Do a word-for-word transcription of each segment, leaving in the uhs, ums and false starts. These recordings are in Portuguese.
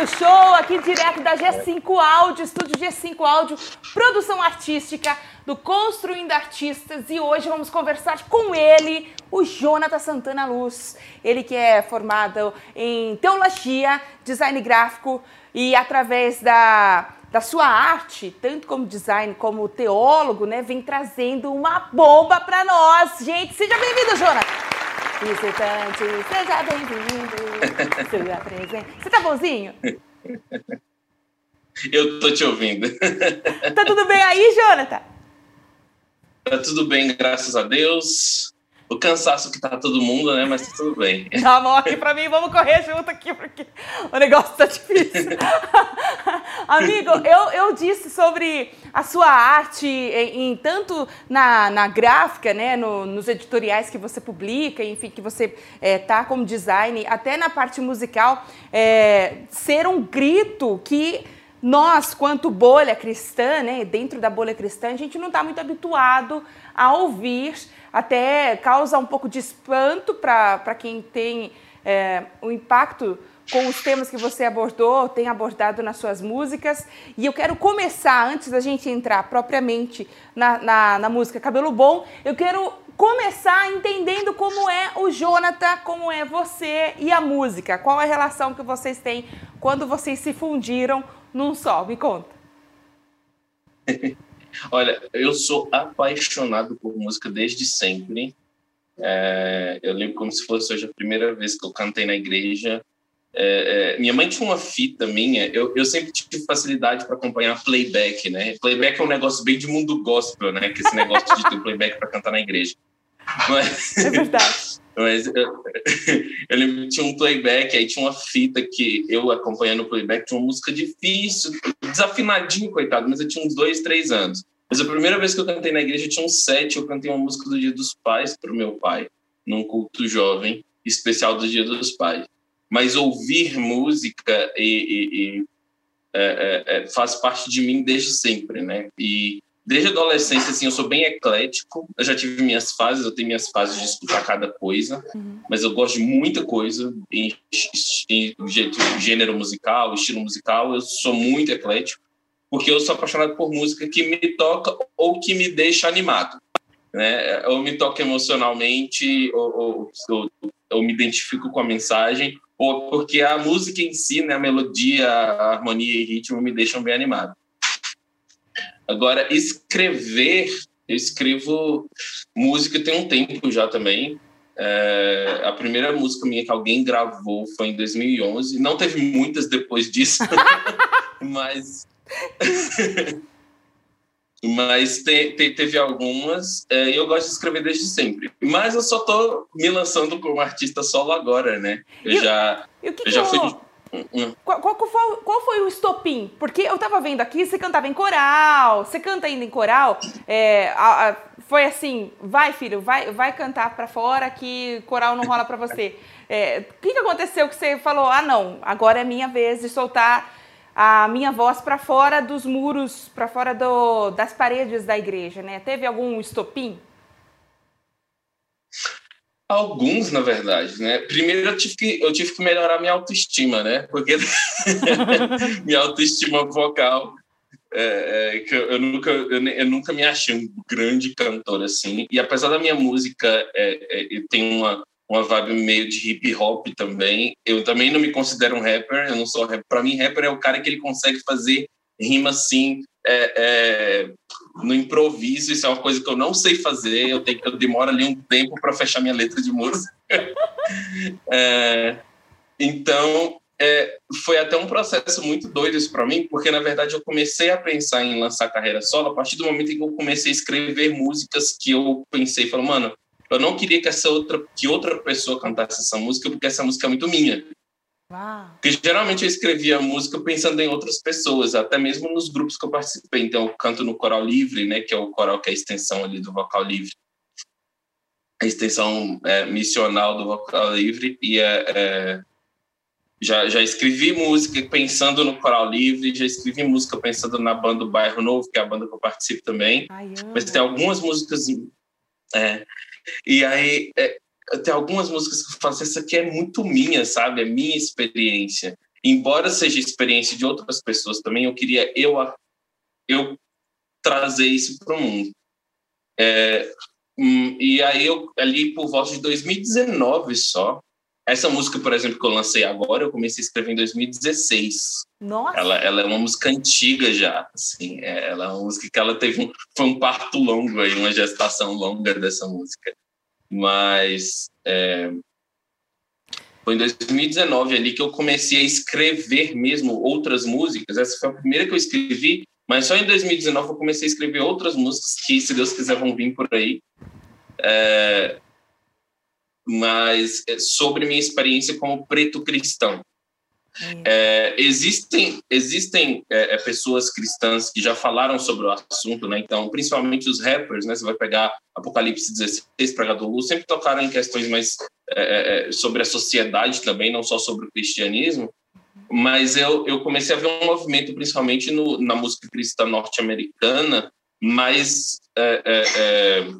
do show, aqui direto da G cinco Áudio, estúdio G cinco Áudio, produção artística do Construindo Artistas. E hoje vamos conversar com ele, o Jonathan Santana Luz. Ele que é formado em teologia, design gráfico e através da, da sua arte, tanto como design como teólogo, né, vem trazendo uma bomba para nós. Gente, seja bem-vindo, Jonathan. Visitante, seja bem-vindo, seja presente. Você tá bonzinho? Eu tô te ouvindo. Tá tudo bem aí, Jonathan? Tá tudo bem, graças a Deus. O cansaço que tá todo mundo, né? Mas tá tudo bem. Tá bom aqui pra mim, vamos correr junto aqui, porque o negócio tá difícil. Amigo, eu, eu disse sobre a sua arte, em, em tanto na, na gráfica, né, no, nos editoriais que você publica, enfim, que você é, tá como design, até na parte musical, é, ser um grito que nós, quanto bolha cristã, né, dentro da bolha cristã, a gente não está muito habituado a ouvir, até causa um pouco de espanto para quem tem é, o impacto com os temas que você abordou, tem abordado nas suas músicas. E eu quero começar, antes da gente entrar propriamente na, na, na música Cabelo Bom, eu quero começar entendendo como é o Jonathan, como é você e a música. Qual é a relação que vocês têm quando vocês se fundiram num só? Me conta. Olha, eu sou apaixonado por música desde sempre. É, eu lembro como se fosse hoje a primeira vez que eu cantei na igreja. É, é, minha mãe tinha uma fita minha, eu, eu sempre tive facilidade para acompanhar playback, né? Playback é um negócio bem de mundo gospel, né? Que esse negócio de ter playback para cantar na igreja. Mas, é verdade. Mas eu, eu lembro que tinha um playback, aí tinha uma fita que eu acompanhando o playback, tinha uma música difícil, desafinadinho, coitado, mas eu tinha uns dois, três anos. Mas a primeira vez que eu cantei na igreja, eu tinha uns sete, eu cantei uma música do Dia dos Pais para o meu pai, num culto jovem, especial do Dia dos Pais. Mas ouvir música e, e, e, é, é, faz parte de mim desde sempre, né? E desde a adolescência, assim, eu sou bem eclético. Eu já tive minhas fases, eu tenho minhas fases de escutar cada coisa, uhum. Mas eu gosto de muita coisa em, em, em gênero musical, estilo musical. Eu sou muito eclético, porque eu sou apaixonado por música que me toca ou que me deixa animado, né? Ou me toca emocionalmente, ou, ou, ou eu me identifico com a mensagem, ou porque a música em si, né, a melodia, a harmonia e ritmo me deixam bem animado. Agora, escrever, eu escrevo música tem um tempo já também. É, a primeira música minha que alguém gravou foi em dois mil e onze. Não teve muitas depois disso, mas... mas te, te, teve algumas, é, e eu gosto de escrever desde sempre. Mas eu só tô me lançando como artista solo agora, né? Eu e, já, e o que eu já que fui... Hum. Qual, qual, foi, qual foi o estopim? Porque eu tava vendo aqui, você cantava em coral, você canta ainda em coral, é, a, a, foi assim, vai filho, vai, vai cantar pra fora que coral não rola pra você. É, o que, que aconteceu que você falou, ah não, agora é minha vez de soltar a minha voz para fora dos muros, para fora do, das paredes da igreja, né? Teve algum estopim? Alguns, na verdade, né? Primeiro eu tive que, eu tive que melhorar minha autoestima, né? Porque minha autoestima vocal, é, é, que eu, eu, nunca, eu, eu nunca me achei um grande cantor assim. E apesar da minha música é, é, tem uma uma vibe meio de hip hop também. Eu também não me considero um rapper, eu não sou rapper. Para mim, rapper é o cara que ele consegue fazer rima assim, é, é, no improviso. Isso é uma coisa que eu não sei fazer, eu, tenho, eu demoro ali um tempo para fechar minha letra de música. é, então, é, foi até um processo muito doido isso para mim, porque, na verdade, eu comecei a pensar em lançar carreira solo a partir do momento em que eu comecei a escrever músicas que eu pensei, falei, mano, eu não queria que, essa outra, que outra pessoa cantasse essa música, porque essa música é muito minha. Uau. Porque geralmente eu escrevia música pensando em outras pessoas, até mesmo nos grupos que eu participei. Então, eu canto no Coral Livre, né, que é o coral que é a extensão ali do Vocal Livre. A extensão é, missional do Vocal Livre. E é, é, já, já escrevi música pensando no Coral Livre, já escrevi música pensando na banda do Bairro Novo, que é a banda que eu participo também. Ai, mas tem algumas músicas... É, e aí, é, tem algumas músicas que eu falo assim, essa aqui é muito minha, sabe? É minha experiência. embora seja experiência de outras pessoas também, eu queria eu, eu trazer isso para o mundo. É, e aí, eu, ali por volta de dois mil e dezenove só, essa música, por exemplo, que eu lancei agora, eu comecei a escrever em dois mil e dezesseis. Nossa! Ela, ela é uma música antiga já, assim, é, ela é uma música que ela teve um, foi um parto longo aí, uma gestação longa dessa música. Mas é, foi em dois mil e dezenove ali que eu comecei a escrever mesmo outras músicas. Essa foi a primeira que eu escrevi, mas só em dois mil e dezenove eu comecei a escrever outras músicas que, se Deus quiser, vão vir por aí. É, mas sobre minha experiência como preto cristão. É, existem existem é, pessoas cristãs que já falaram sobre o assunto, né? Então, principalmente os rappers, né? Você vai pegar Apocalipse dezesseis, Pregador Lu, sempre tocaram em questões mais é, sobre a sociedade também, não só sobre o cristianismo. Mas eu, eu comecei a ver um movimento, principalmente no, na música cristã norte-americana, mais, é, é, é,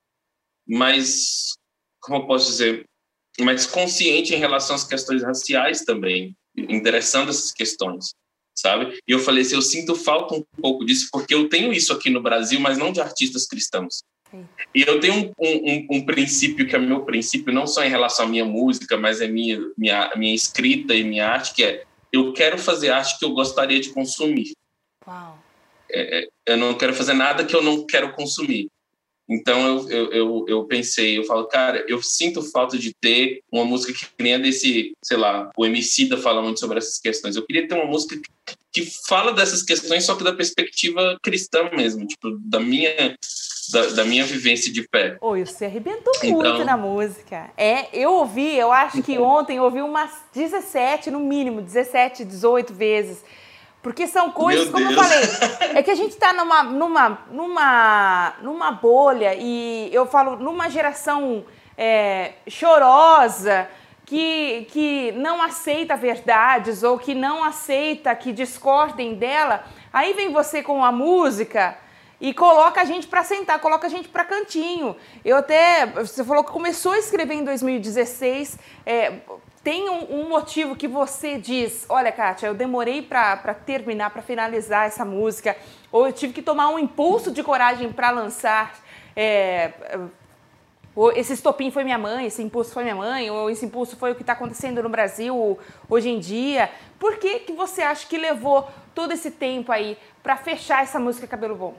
mais, como eu posso dizer, mais consciente em relação às questões raciais também, interessando essas questões, sabe? E eu falei assim, eu sinto falta um pouco disso, porque eu tenho isso aqui no Brasil, mas não de artistas cristãos. Sim. E eu tenho um, um, um princípio que é meu princípio, não só em relação à minha música, mas é minha, minha, minha escrita e minha arte, que é, eu quero fazer arte que eu gostaria de consumir. Uau. É, eu não quero fazer nada que eu não quero consumir. Então, eu, eu, eu, eu pensei, eu falo, cara, eu sinto falta de ter uma música que nem a desse, sei lá, o Emicida fala muito sobre essas questões. Eu queria ter uma música que, que fala dessas questões, só que da perspectiva cristã mesmo, tipo, da minha, da, da minha vivência de fé. Oi, você arrebentou então, muito na música. É, eu ouvi, eu acho que ontem eu ouvi umas dezessete, no mínimo, dezessete, dezoito vezes. Porque são coisas, como eu falei, é que a gente está numa, numa, numa, numa bolha e eu falo numa geração é, chorosa que, que não aceita verdades ou que não aceita que discordem dela. Aí vem você com a música e coloca a gente para sentar, coloca a gente para cantinho. Eu até, você falou que começou a escrever em dois mil e dezesseis, é, tem um, um motivo que você diz, olha, Kátia, eu demorei para terminar, para finalizar essa música, ou eu tive que tomar um impulso de coragem para lançar, é, esse estopim foi minha mãe, esse impulso foi minha mãe, ou esse impulso foi o que está acontecendo no Brasil hoje em dia. Por que que você acha que levou todo esse tempo aí para fechar essa música Cabelo Bom?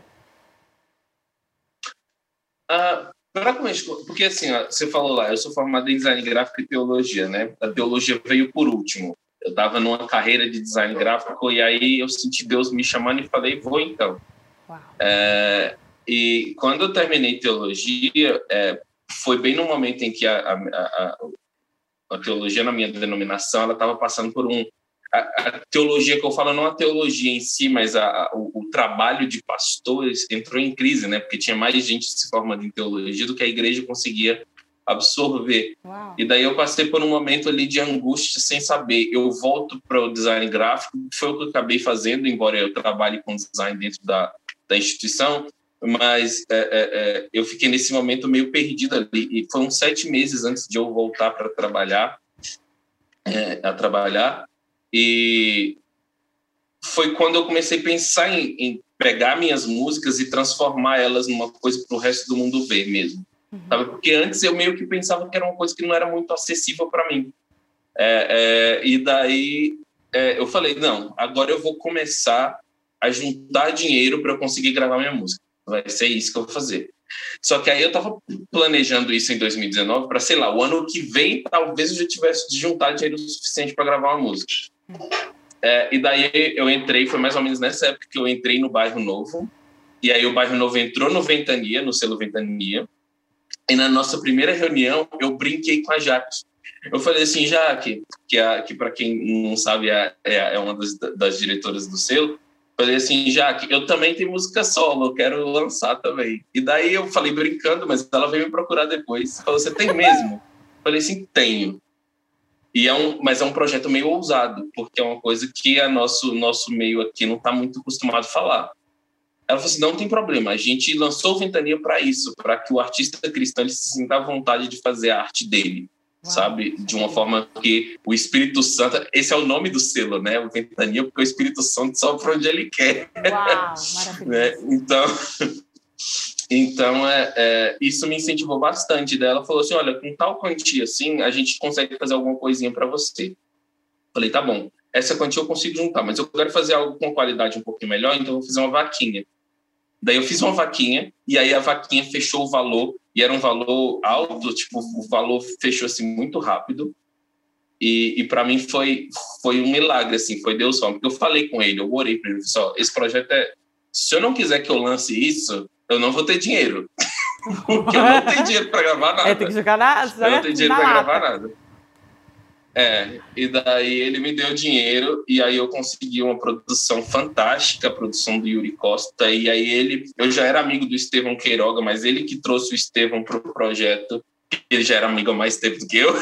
Ah... Porque assim, ó, você falou lá, eu sou formado em design gráfico e teologia, né? A teologia veio por último. Eu estava numa carreira de design gráfico e aí eu senti Deus me chamando e falei, vou então. Uau. É, e quando eu terminei teologia, é, foi bem no momento em que a, a, a, a teologia, na minha denominação, ela estava passando por um... A, a teologia que eu falo, não a teologia em si, mas a, a, o, o trabalho de pastores entrou em crise, né? Porque tinha mais gente se formando em teologia do que a igreja conseguia absorver. Uau. E daí eu passei por um momento ali de angústia sem saber. Eu volto para o design gráfico, foi o que eu acabei fazendo, embora eu trabalhe com design dentro da, da instituição, mas é, é, eu fiquei nesse momento meio perdido ali. E foram sete meses antes de eu voltar para trabalhar, é, a trabalhar. E foi quando eu comecei a pensar em, em pegar minhas músicas e transformar elas numa coisa para o resto do mundo ver mesmo. Uhum. Sabe? Porque antes eu meio que pensava que era uma coisa que não era muito acessível para mim. É, é, e daí é, eu falei, não, agora eu vou começar a juntar dinheiro para eu conseguir gravar minha música. Vai ser isso que eu vou fazer. Só que aí eu estava planejando isso em dois mil e dezenove para, sei lá, o ano que vem talvez eu já tivesse de juntar dinheiro suficiente para gravar uma música. É, e daí eu entrei, foi mais ou menos nessa época que eu entrei no Bairro Novo, e aí o Bairro Novo entrou no Ventania, no selo Ventania, e na nossa primeira reunião eu brinquei com a Jaque. Eu falei assim, Jaque, que, é, que para quem não sabe é, é uma das, das diretoras do selo, falei assim, Jaque, eu também tenho música solo, eu quero lançar também. E daí eu falei brincando, mas ela veio me procurar depois, falou, você tem mesmo? Eu falei assim, tenho. E é um, mas é um projeto meio ousado, porque é uma coisa que o nosso, nosso meio aqui não está muito acostumado a falar. Ela falou assim, não tem problema, a gente lançou o Ventania para isso, para que o artista cristão ele se sinta à vontade de fazer a arte dele. sabe? De uma forma que o Espírito Santo... Esse é o nome do selo, né? O Ventania, porque o Espírito Santo sopra onde ele quer. Uau, maravilhoso. Né? Então, então é, é, isso me incentivou bastante. Daí ela falou assim, olha, com tal quantia assim, a gente consegue fazer alguma coisinha para você. Falei, tá bom. Essa quantia eu consigo juntar, mas eu quero fazer algo com qualidade um pouquinho melhor, então eu vou fazer uma vaquinha. Daí eu fiz uma vaquinha, e aí a vaquinha fechou o valor, e era um valor alto, tipo, o valor fechou assim muito rápido, e, e para mim foi, foi um milagre, assim, foi Deus só, porque eu falei com ele, eu orei para ele, só, esse projeto é, se eu não quiser que eu lance isso, eu não vou ter dinheiro, porque eu não tenho dinheiro para gravar nada. É, tem que jogar na, eu não tenho dinheiro para gravar nada. É, e daí ele me deu dinheiro e aí eu consegui uma produção fantástica, a produção do Yuri Costa, e aí ele, eu já era amigo do Estevão Queiroga, mas ele que trouxe o Estevão para o projeto, ele já era amigo há mais tempo do que eu,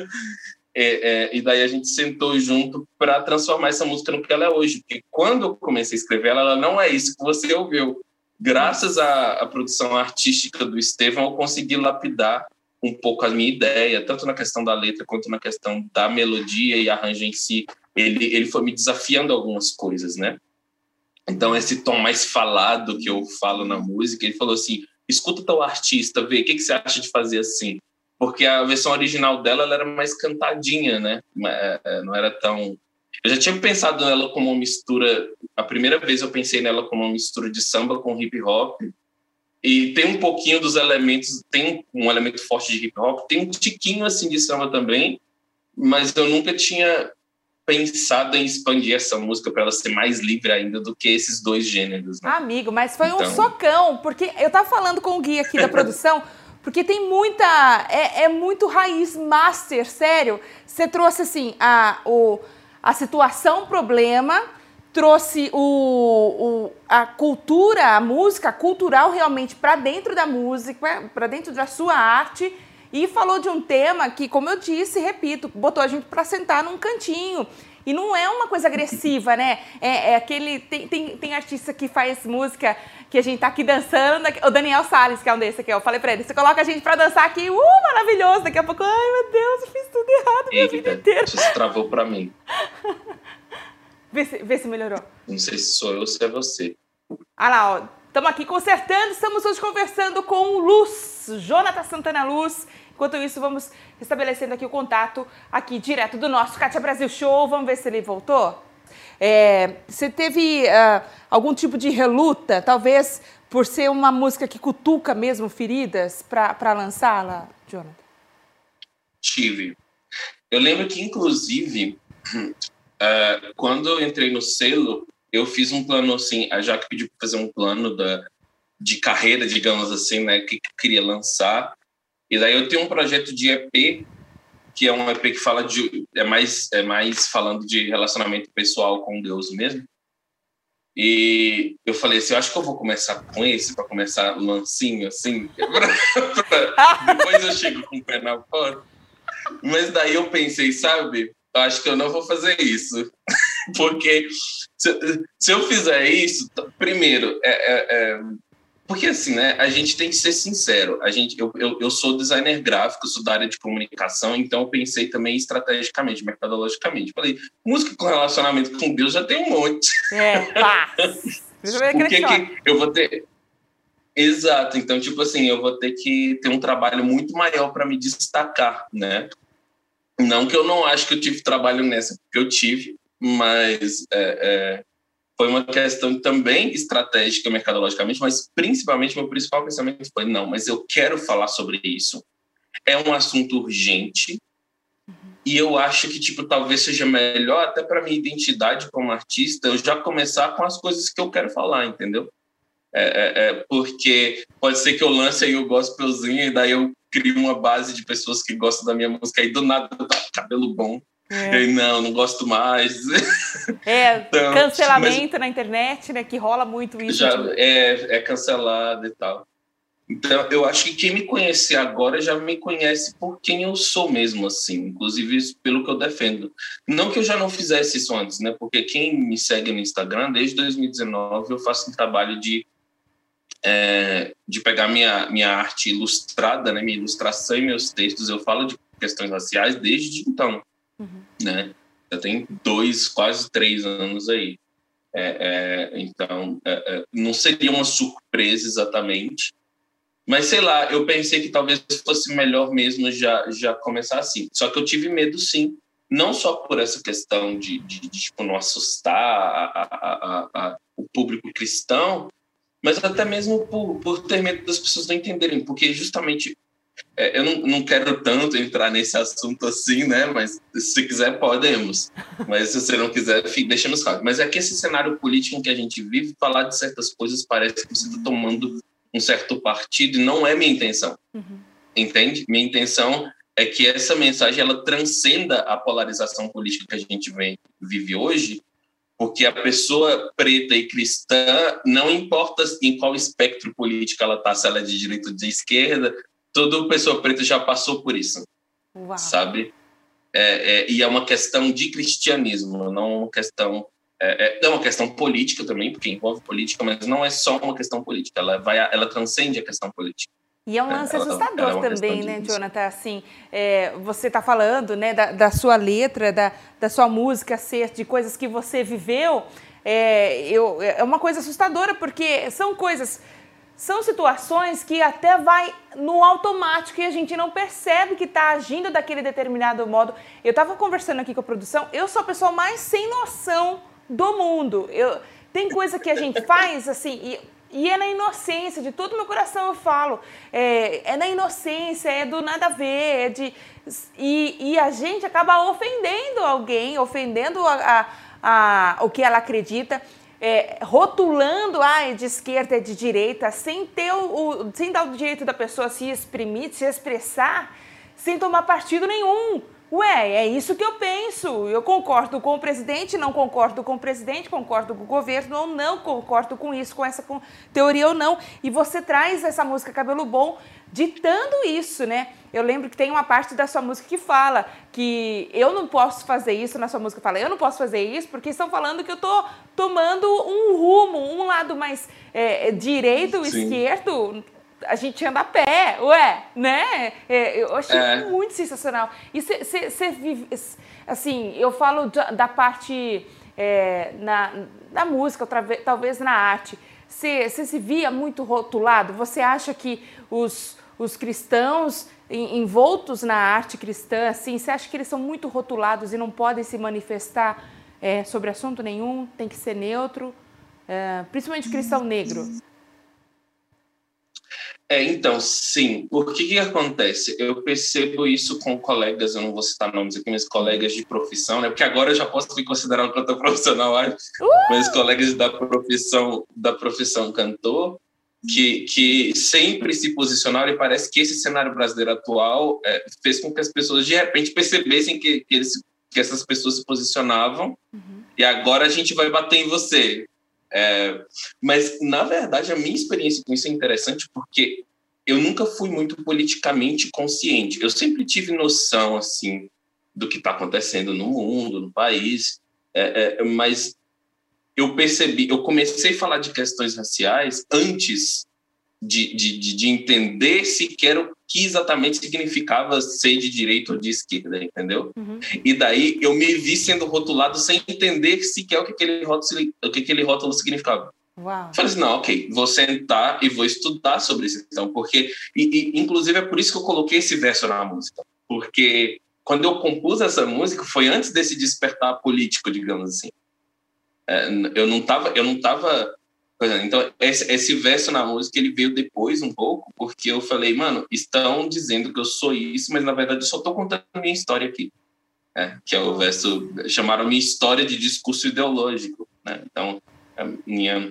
é, é, e daí a gente sentou junto para transformar essa música no que ela é hoje, porque quando eu comecei a escrever ela, ela não é isso que você ouviu. Graças à, à produção artística do Estevão, eu consegui lapidar um pouco a minha ideia, tanto na questão da letra quanto na questão da melodia e arranjo em si. Ele, ele foi me desafiando algumas coisas, né? Então, esse tom mais falado que eu falo na música, ele falou assim, escuta teu artista, vê, o que, que você acha de fazer assim? Porque a versão original dela, ela era mais cantadinha, né? Não era tão... Eu já tinha pensado nela como uma mistura... A primeira vez eu pensei nela como uma mistura de samba com hip-hop, e tem um pouquinho dos elementos, tem um elemento forte de hip hop, tem um tiquinho assim de samba também, mas eu nunca tinha pensado em expandir essa música para ela ser mais livre ainda do que esses dois gêneros, né? Amigo, mas foi então... um socão, porque eu tava falando com o Gui aqui da produção, porque tem muita, é, é muito raiz master, sério. Você trouxe assim, a, o, a situação problema, trouxe o, o, a cultura, a música cultural realmente para dentro da música, para dentro da sua arte, e falou de um tema que, como eu disse, repito, botou a gente para sentar num cantinho. E não é uma coisa agressiva, né? É, é aquele... Tem, tem, tem artista que faz música que a gente tá aqui dançando, o Daniel Salles, que é um desse aqui, eu falei pra ele, você coloca a gente pra dançar aqui, uh, maravilhoso, daqui a pouco, ai meu Deus, eu fiz tudo errado minha Eita, vida inteira. Isso travou pra mim. Vê se, vê se melhorou. Não sei se sou eu ou se é você. Ah lá, ó. Estamos aqui consertando. Estamos hoje conversando com o Luz, Jonathan Santana Luz. Enquanto isso, vamos estabelecendo aqui o contato aqui direto do nosso Kátia Brasil Show. Vamos ver se ele voltou. É, você teve uh, algum tipo de reluta, talvez por ser uma música que cutuca mesmo feridas, para lançá-la, Jonathan? Tive. Eu lembro que, inclusive... Uh, quando eu entrei no selo, eu fiz um plano assim, a Jaque pediu para fazer um plano da, de carreira, digamos assim, né, que eu queria lançar. E daí eu tenho um projeto de E P, que é um E P que fala de, é mais, é mais falando de relacionamento pessoal com Deus mesmo. E eu falei assim, eu acho que eu vou começar com esse, para começar lancinho, assim, pra, pra, depois eu chego com o pé na porta. Mas daí eu pensei, sabe... Eu acho que eu não vou fazer isso, porque se, se eu fizer isso, primeiro, é, é, é, porque assim, né, a gente tem que ser sincero, a gente, eu, eu, eu sou designer gráfico, sou da área de comunicação, então eu pensei também estrategicamente, metodologicamente, falei, música com relacionamento com Deus já tem um monte. É, paz. Por que que eu vou ter... Exato, então tipo assim, eu vou ter que ter um trabalho muito maior para me destacar, né? Não que eu não acho que eu tive trabalho nessa, porque eu tive, mas é, é, foi uma questão também estratégica, mercadologicamente, mas principalmente meu principal pensamento foi, não, mas eu quero falar sobre isso. É um assunto urgente uhum. E eu acho que tipo, talvez seja melhor, até para minha identidade como artista, eu já começar com as coisas que eu quero falar, entendeu? É, é, é, porque pode ser que eu lance aí o gospelzinho e daí eu crio uma base de pessoas que gostam da minha música e do nada tá cabelo bom. É. E não, não gosto mais. É, então, cancelamento mas, na internet, né? Que rola muito isso. Já tipo... é, é cancelado e tal. Então, eu acho que quem me conhecer agora já me conhece por quem eu sou mesmo, assim. Inclusive, pelo que eu defendo. Não que eu já não fizesse isso antes, né? Porque quem me segue no Instagram, desde dois mil e dezenove, eu faço um trabalho de É, de pegar minha, minha arte ilustrada, né, minha ilustração e meus textos, eu falo de questões raciais desde então, uhum. né? Já tem dois, quase três anos aí. É, é, então, é, é, não seria uma surpresa exatamente, mas sei lá, eu pensei que talvez fosse melhor mesmo já, já começar assim. Só que eu tive medo, sim, não só por essa questão de, de, de tipo, não assustar a, a, a, a, o público cristão, mas até mesmo por, por ter medo das pessoas não entenderem, porque justamente é, eu não, não quero tanto entrar nesse assunto assim, né? Mas se quiser, podemos. Mas se você não quiser, deixamos claro. Mas é que esse cenário político em que a gente vive, falar de certas coisas parece que você está tomando um certo partido e não é minha intenção. Uhum. Entende? Minha intenção é que essa mensagem ela transcenda a polarização política que a gente vem, vive hoje, porque a pessoa preta e cristã, não importa em qual espectro político ela está, se ela é de direita ou de esquerda, toda pessoa preta já passou por isso. Uau. Sabe? É, é, e é uma questão de cristianismo, não uma questão... É, é uma questão política também, porque envolve política, mas não é só uma questão política, ela, vai, ela transcende a questão política. E é um lance é, assustador ela, ela é também, né, Jonathan? Assim, é, você está falando, né, da, da sua letra, da, da sua música ser de coisas que você viveu. É, eu, é uma coisa assustadora, porque são coisas, são situações que até vai no automático e a gente não percebe que está agindo daquele determinado modo. Eu estava conversando aqui com a produção, eu sou a pessoa mais sem noção do mundo. Eu, tem coisa que a gente faz, assim... E, E é na inocência, de todo o meu coração eu falo. É, é na inocência, é do nada a ver. É de, e, e a gente acaba ofendendo alguém, ofendendo a, a, a, o que ela acredita, é, rotulando, ah, é de esquerda, é de direita, sem, ter o, o, sem dar o direito da pessoa se exprimir, se expressar, sem tomar partido nenhum. Ué, é isso que eu penso. Eu concordo com o presidente, não concordo com o presidente, concordo com o governo ou não concordo com isso, com essa com teoria ou não. E você traz essa música Cabelo Bom ditando isso, né? Eu lembro que tem uma parte da sua música que fala que eu não posso fazer isso, na sua música fala, eu não posso fazer isso porque estão falando que eu tô tomando um rumo, um lado mais é, direito, Sim. esquerdo... A gente anda a pé, ué, né? Eu achei é. muito sensacional. E você vive, assim, eu falo da, da parte é, na, da música, outra vez, talvez na arte. Você se via muito rotulado? Você acha que os, os cristãos envoltos na arte cristã, assim, você acha que eles são muito rotulados e não podem se manifestar é, sobre assunto nenhum? Tem que ser neutro? É, principalmente o cristão negro. É, então, sim. Por que que acontece? Eu percebo isso com colegas, eu não vou citar nomes aqui, mas colegas de profissão, né? Porque agora eu já posso me considerar um cantor profissional, acho. Uh! Mas colegas da profissão, da profissão cantor, que, que sempre se posicionaram, e parece que esse cenário brasileiro atual é, fez com que as pessoas, de repente, percebessem que, que, eles, que essas pessoas se posicionavam, uhum. e agora a gente vai bater em você. É, mas, na verdade, a minha experiência com isso é interessante porque eu nunca fui muito politicamente consciente. Eu sempre tive noção, assim, do que está acontecendo no mundo, no país, é, é, mas eu percebi, eu comecei a falar de questões raciais antes de, de, de, de entender sequer o que exatamente significava ser de direita ou de esquerda, entendeu? Uhum. E daí eu me vi sendo rotulado sem entender sequer o que aquele rótulo, o que aquele rótulo significava. Uau. Falei assim, não, ok, vou sentar e vou estudar sobre isso, então, porque, e, e, inclusive é por isso que eu coloquei esse verso na música, porque quando eu compus essa música foi antes desse despertar político, digamos assim. É, eu não estava, eu não estava Então, esse, esse verso na música, ele veio depois um pouco, porque eu falei, mano, estão dizendo que eu sou isso, mas na verdade eu só estou contando a minha história aqui. É, que é o verso, chamaram minha história de discurso ideológico. Né? Então, a minha...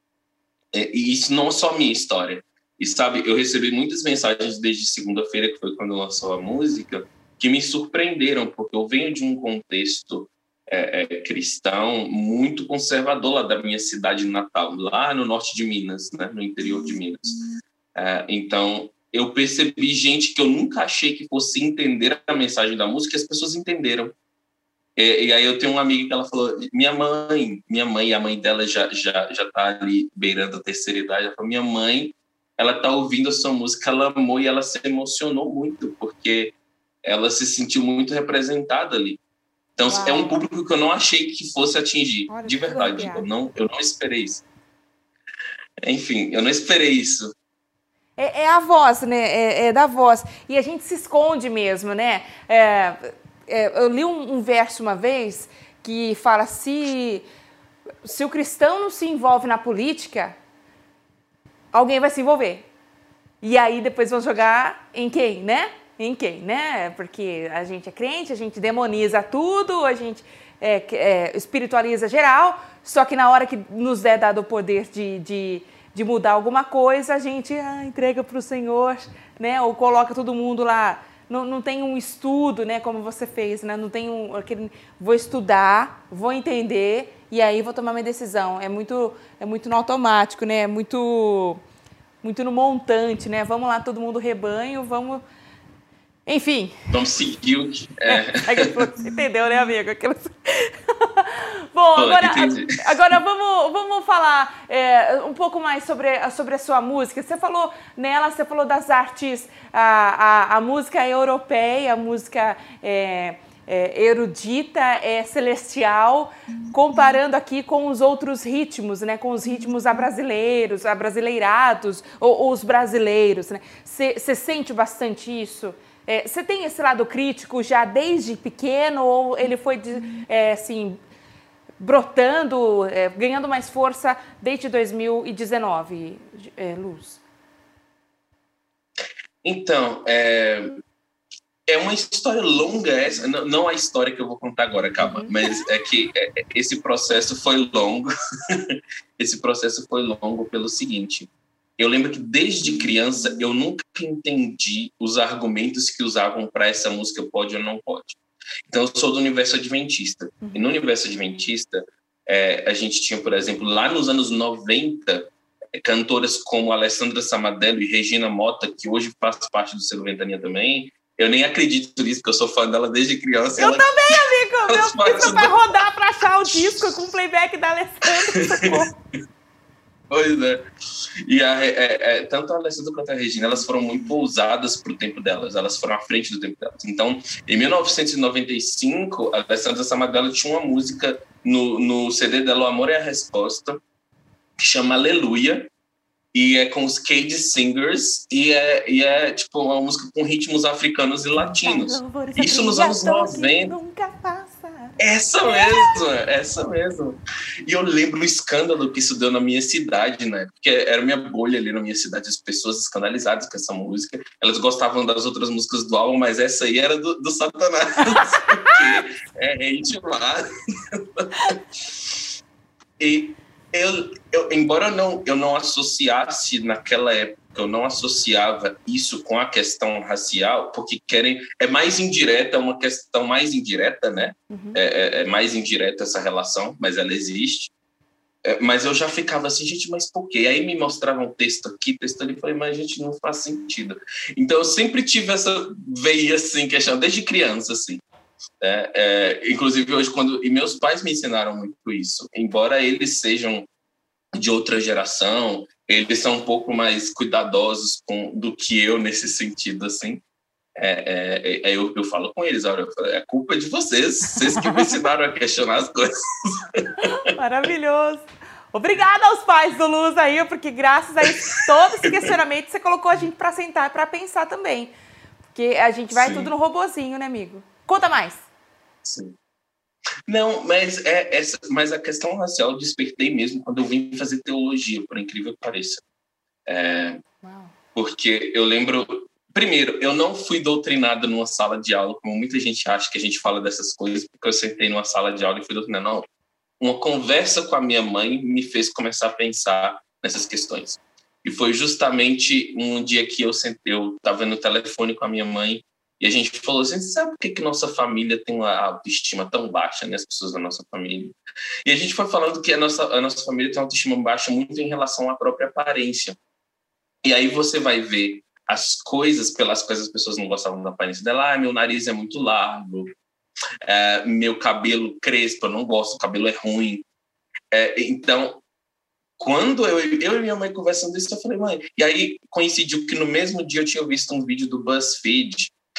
É, e isso não é só a minha história. E sabe, eu recebi muitas mensagens desde segunda-feira, que foi quando lançou a música, que me surpreenderam, porque eu venho de um contexto... É, é, cristão, muito conservador lá da minha cidade natal, lá no norte de Minas, né, no interior de Minas. É, então, eu percebi gente que eu nunca achei que fosse entender a mensagem da música, e as pessoas entenderam. E, e aí eu tenho uma amiga que ela falou, minha mãe, minha mãe, a mãe dela já já já tá ali beirando a terceira idade, ela falou, minha mãe, ela tá ouvindo a sua música, ela amou e ela se emocionou muito, porque ela se sentiu muito representada ali. Então, Uau. é um público que eu não achei que fosse atingir, Olha, de verdade. Eu não, eu não esperei isso. Enfim, eu não esperei isso. É, é a voz, né? É, é da voz. E a gente se esconde mesmo, né? É, é, eu li um, um verso uma vez que fala, se, se o cristão não se envolve na política, alguém vai se envolver. E aí depois vão jogar em quem, né? Em quem, né? Porque a gente é crente, a gente demoniza tudo, a gente é, é, espiritualiza geral, só que na hora que nos é dado o poder de, de, de mudar alguma coisa, a gente ah, entrega para o Senhor, né? Ou coloca todo mundo lá. Não, não tem um estudo, né? Como você fez, né? Não tem um... Aquele, vou estudar, vou entender e aí vou tomar minha decisão. É muito, é muito no automático, né? É muito, muito no montante, né? Vamos lá, todo mundo rebanho, vamos... Enfim. Vamos seguir o que... É. Você entendeu, né, amigo? Aquelas... Bom, agora, agora vamos, vamos falar é, um pouco mais sobre, sobre a sua música. Você falou nela, você falou das artes, a, a, a música europeia, a música é, é, erudita, é, celestial, comparando aqui com os outros ritmos, né? Com os ritmos abrasileiros, abrasileirados, ou, ou os brasileiros, né? Você sente bastante isso? É, você tem esse lado crítico já desde pequeno ou ele foi, é, assim, brotando, é, ganhando mais força desde dois mil e dezenove, é, Luz? Então, é, é uma história longa essa, não, não a história que eu vou contar agora, calma, uhum. mas é que é, esse processo foi longo, esse processo foi longo pelo seguinte... Eu lembro que desde criança eu nunca entendi os argumentos que usavam para essa música pode ou não pode. Então eu sou do universo adventista. Uhum. E no universo adventista é, a gente tinha, por exemplo, lá nos anos noventa, é, cantoras como Alessandra Samadello e Regina Motta, que hoje faz parte do Selo Ventania também. Eu nem acredito nisso, porque eu sou fã dela desde criança. Eu ela... também, amigo! Meu filho vai rodar para achar o disco com o playback da Alessandra. Pois é. E a, é, é, tanto a Alessandra quanto a Regina, elas foram muito ousadas pro tempo delas. Elas foram à frente do tempo delas. Então, em mil novecentos e noventa e cinco, a Alessandra Samadello tinha uma música no, no C D dela, O Amor é a Resposta, que chama Aleluia. E é com os Cage Singers. E é, e é tipo uma música com ritmos africanos e latinos. Isso nos anos noventa. Nunca passa. Essa mesmo, essa mesmo. E eu lembro o escândalo que isso deu na minha cidade, né? Porque era minha bolha ali na minha cidade, as pessoas escandalizadas com essa música. Elas gostavam das outras músicas do álbum, mas essa aí era do, do Satanás. Porque é hate lá. E eu, eu, embora eu não, eu não associasse naquela época, eu não associava isso com a questão racial, porque querem... É mais indireta, é uma questão mais indireta, né? Uhum. É, é mais indireta essa relação, mas ela existe. É, mas eu já ficava assim, gente, mas por quê? Aí me mostravam um texto aqui, texto ali, e falei, mas, gente, não faz sentido. Então, eu sempre tive essa veia, assim, questão, desde criança, assim. É, é, inclusive, hoje, quando... E meus pais me ensinaram muito isso. Embora eles sejam de outra geração... Eles são um pouco mais cuidadosos com, do que eu nesse sentido, assim. É, é, é, eu, eu falo com eles, olha, é culpa de vocês, vocês que me ensinaram a questionar as coisas. Maravilhoso. Obrigada aos pais do Luz aí, porque graças a isso, todo esse questionamento, você colocou a gente para sentar, para pensar também. Porque a gente vai Sim. tudo no robozinho, né, amigo? Conta mais. Sim. Não, mas, é, essa, mas a questão racial eu despertei mesmo quando eu vim fazer teologia, por incrível que pareça. É, porque eu lembro... Primeiro, eu não fui doutrinado numa sala de aula, como muita gente acha que a gente fala dessas coisas, porque eu sentei numa sala de aula e fui doutrinado. Não. Uma conversa com a minha mãe me fez começar a pensar nessas questões. E foi justamente um dia que eu sentei, eu estava no telefone com a minha mãe, e a gente falou assim, sabe por que, que nossa família tem uma autoestima tão baixa, né, as pessoas da nossa família? E a gente foi falando que a nossa, a nossa família tem uma autoestima baixa muito em relação à própria aparência. E aí você vai ver as coisas pelas quais as pessoas não gostavam da aparência dela. Ah, meu nariz é muito largo, é, meu cabelo crespo, eu não gosto, o cabelo é ruim. É, então, quando eu, eu e minha mãe conversando isso, eu falei, mãe... E aí coincidiu que no mesmo dia eu tinha visto um vídeo do BuzzFeed,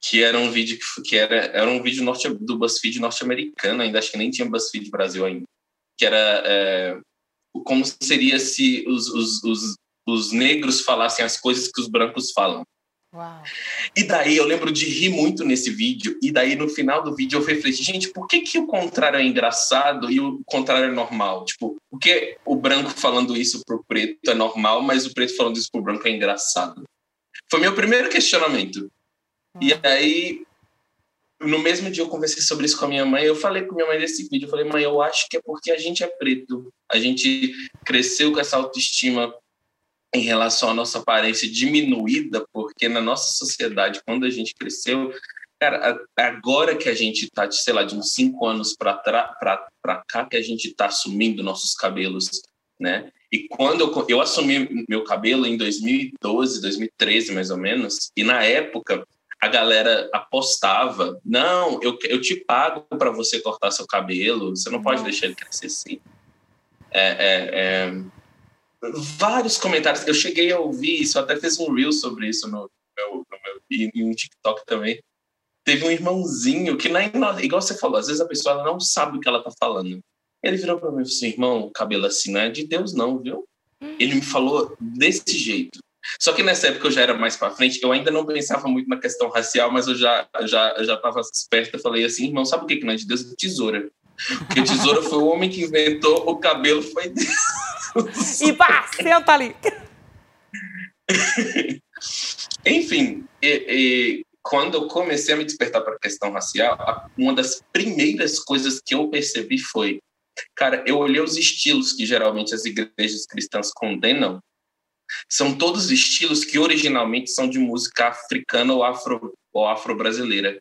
que era um vídeo que, que era, era um vídeo norte, do BuzzFeed norte-americano, ainda acho que nem tinha BuzzFeed Brasil ainda, que era é, como seria se os, os, os, os negros falassem as coisas que os brancos falam. Uau. E daí eu lembro de rir muito nesse vídeo, e daí no final do vídeo eu refleti, gente, por que, que o contrário é engraçado e o contrário é normal? Tipo, por que o branco falando isso pro preto é normal, mas o preto falando isso pro branco é engraçado? Foi meu primeiro questionamento. Hum. E aí, no mesmo dia eu conversei sobre isso com a minha mãe, eu falei com minha mãe desse vídeo, eu falei, mãe, eu acho que é porque a gente é preto, a gente cresceu com essa autoestima em relação à nossa aparência diminuída, porque na nossa sociedade, quando a gente cresceu, cara, agora que a gente está, sei lá, de uns cinco anos para cá, que a gente está assumindo nossos cabelos, né? E quando eu, eu assumi meu cabelo em dois mil e doze, dois mil e treze, mais ou menos, e na época a galera apostava, não, eu, eu te pago para você cortar seu cabelo, você não pode deixar ele crescer assim. É... é, é vários comentários, eu cheguei a ouvir isso, eu até fiz um reel sobre isso no meu, no meu, e no TikTok também. Teve um irmãozinho que, nem, igual você falou, às vezes a pessoa ela não sabe o que ela tá falando. Ele virou pra mim e falou assim, irmão, o cabelo assim não é de Deus não, viu? Ele me falou desse jeito. Só que nessa época eu já era mais pra frente, eu ainda não pensava muito na questão racial, mas eu já, já, eu já tava esperto, eu falei assim, irmão, sabe o que não é de Deus? Tesoura. Porque tesoura foi o homem que inventou, o cabelo foi Deus. E pá, senta ali. Enfim, e, e, quando eu comecei a me despertar para a questão racial, uma das primeiras coisas que eu percebi foi, cara, eu olhei os estilos que geralmente as igrejas cristãs condenam, são todos estilos que originalmente são de música africana ou afro, ou afro-brasileira.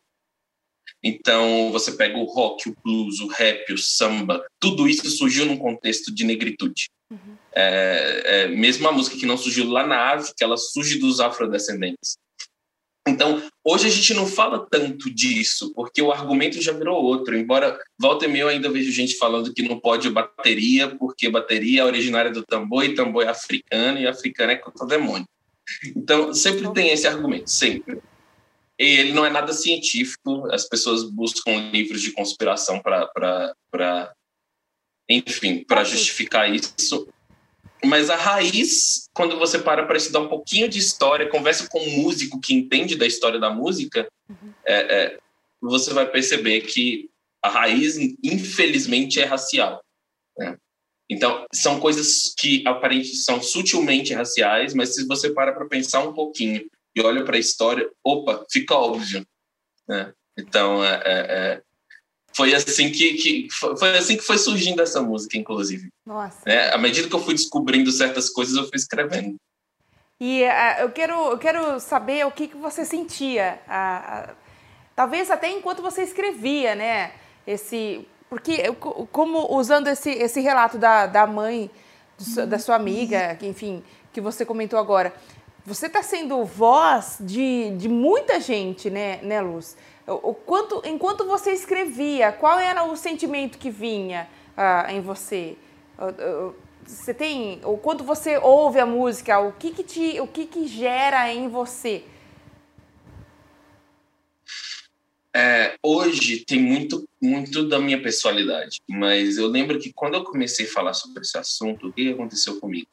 Então, você pega o rock, o blues, o rap, o samba, tudo isso surgiu num contexto de negritude. Uhum. É, é, mesmo a música que não surgiu lá na África, ela surge dos afrodescendentes. Então, hoje a gente não fala tanto disso, porque o argumento já virou outro. Embora, volta e meia, eu ainda vejo gente falando que não pode bateria, porque bateria é originária do tambor, e tambor é africano, e africano é contra o demônio. Então, sempre tem esse argumento, sempre. E ele não é nada científico, as pessoas buscam livros de conspiração para, enfim, para justificar isso. Mas a raiz, quando você para para estudar um pouquinho de história, conversa com um músico que entende da história da música, uhum. é, é, você vai perceber que a raiz, infelizmente, é racial. Né? Então, são coisas que aparentemente são sutilmente raciais, mas se você para para pensar um pouquinho e olha para a história, opa, fica óbvio. Né? Então, é, é, foi, assim que, que, foi assim que foi surgindo essa música, inclusive. Nossa. Né? À medida que eu fui descobrindo certas coisas, eu fui escrevendo. E uh, eu, quero, eu quero saber o que, que você sentia, uh, uh, talvez até enquanto você escrevia, né? Esse, porque, como usando esse, esse relato da, da mãe, do, da sua amiga, que, enfim, que você comentou agora, você está sendo voz de, de muita gente, né, né Luz? O, o quanto, enquanto você escrevia, qual era o sentimento que vinha uh, em você? Uh, uh, você tem, ou quando você ouve a música, o que que te, o que que gera em você? É, hoje tem muito, muito da minha personalidade, mas eu lembro que quando eu comecei a falar sobre esse assunto, o que aconteceu comigo?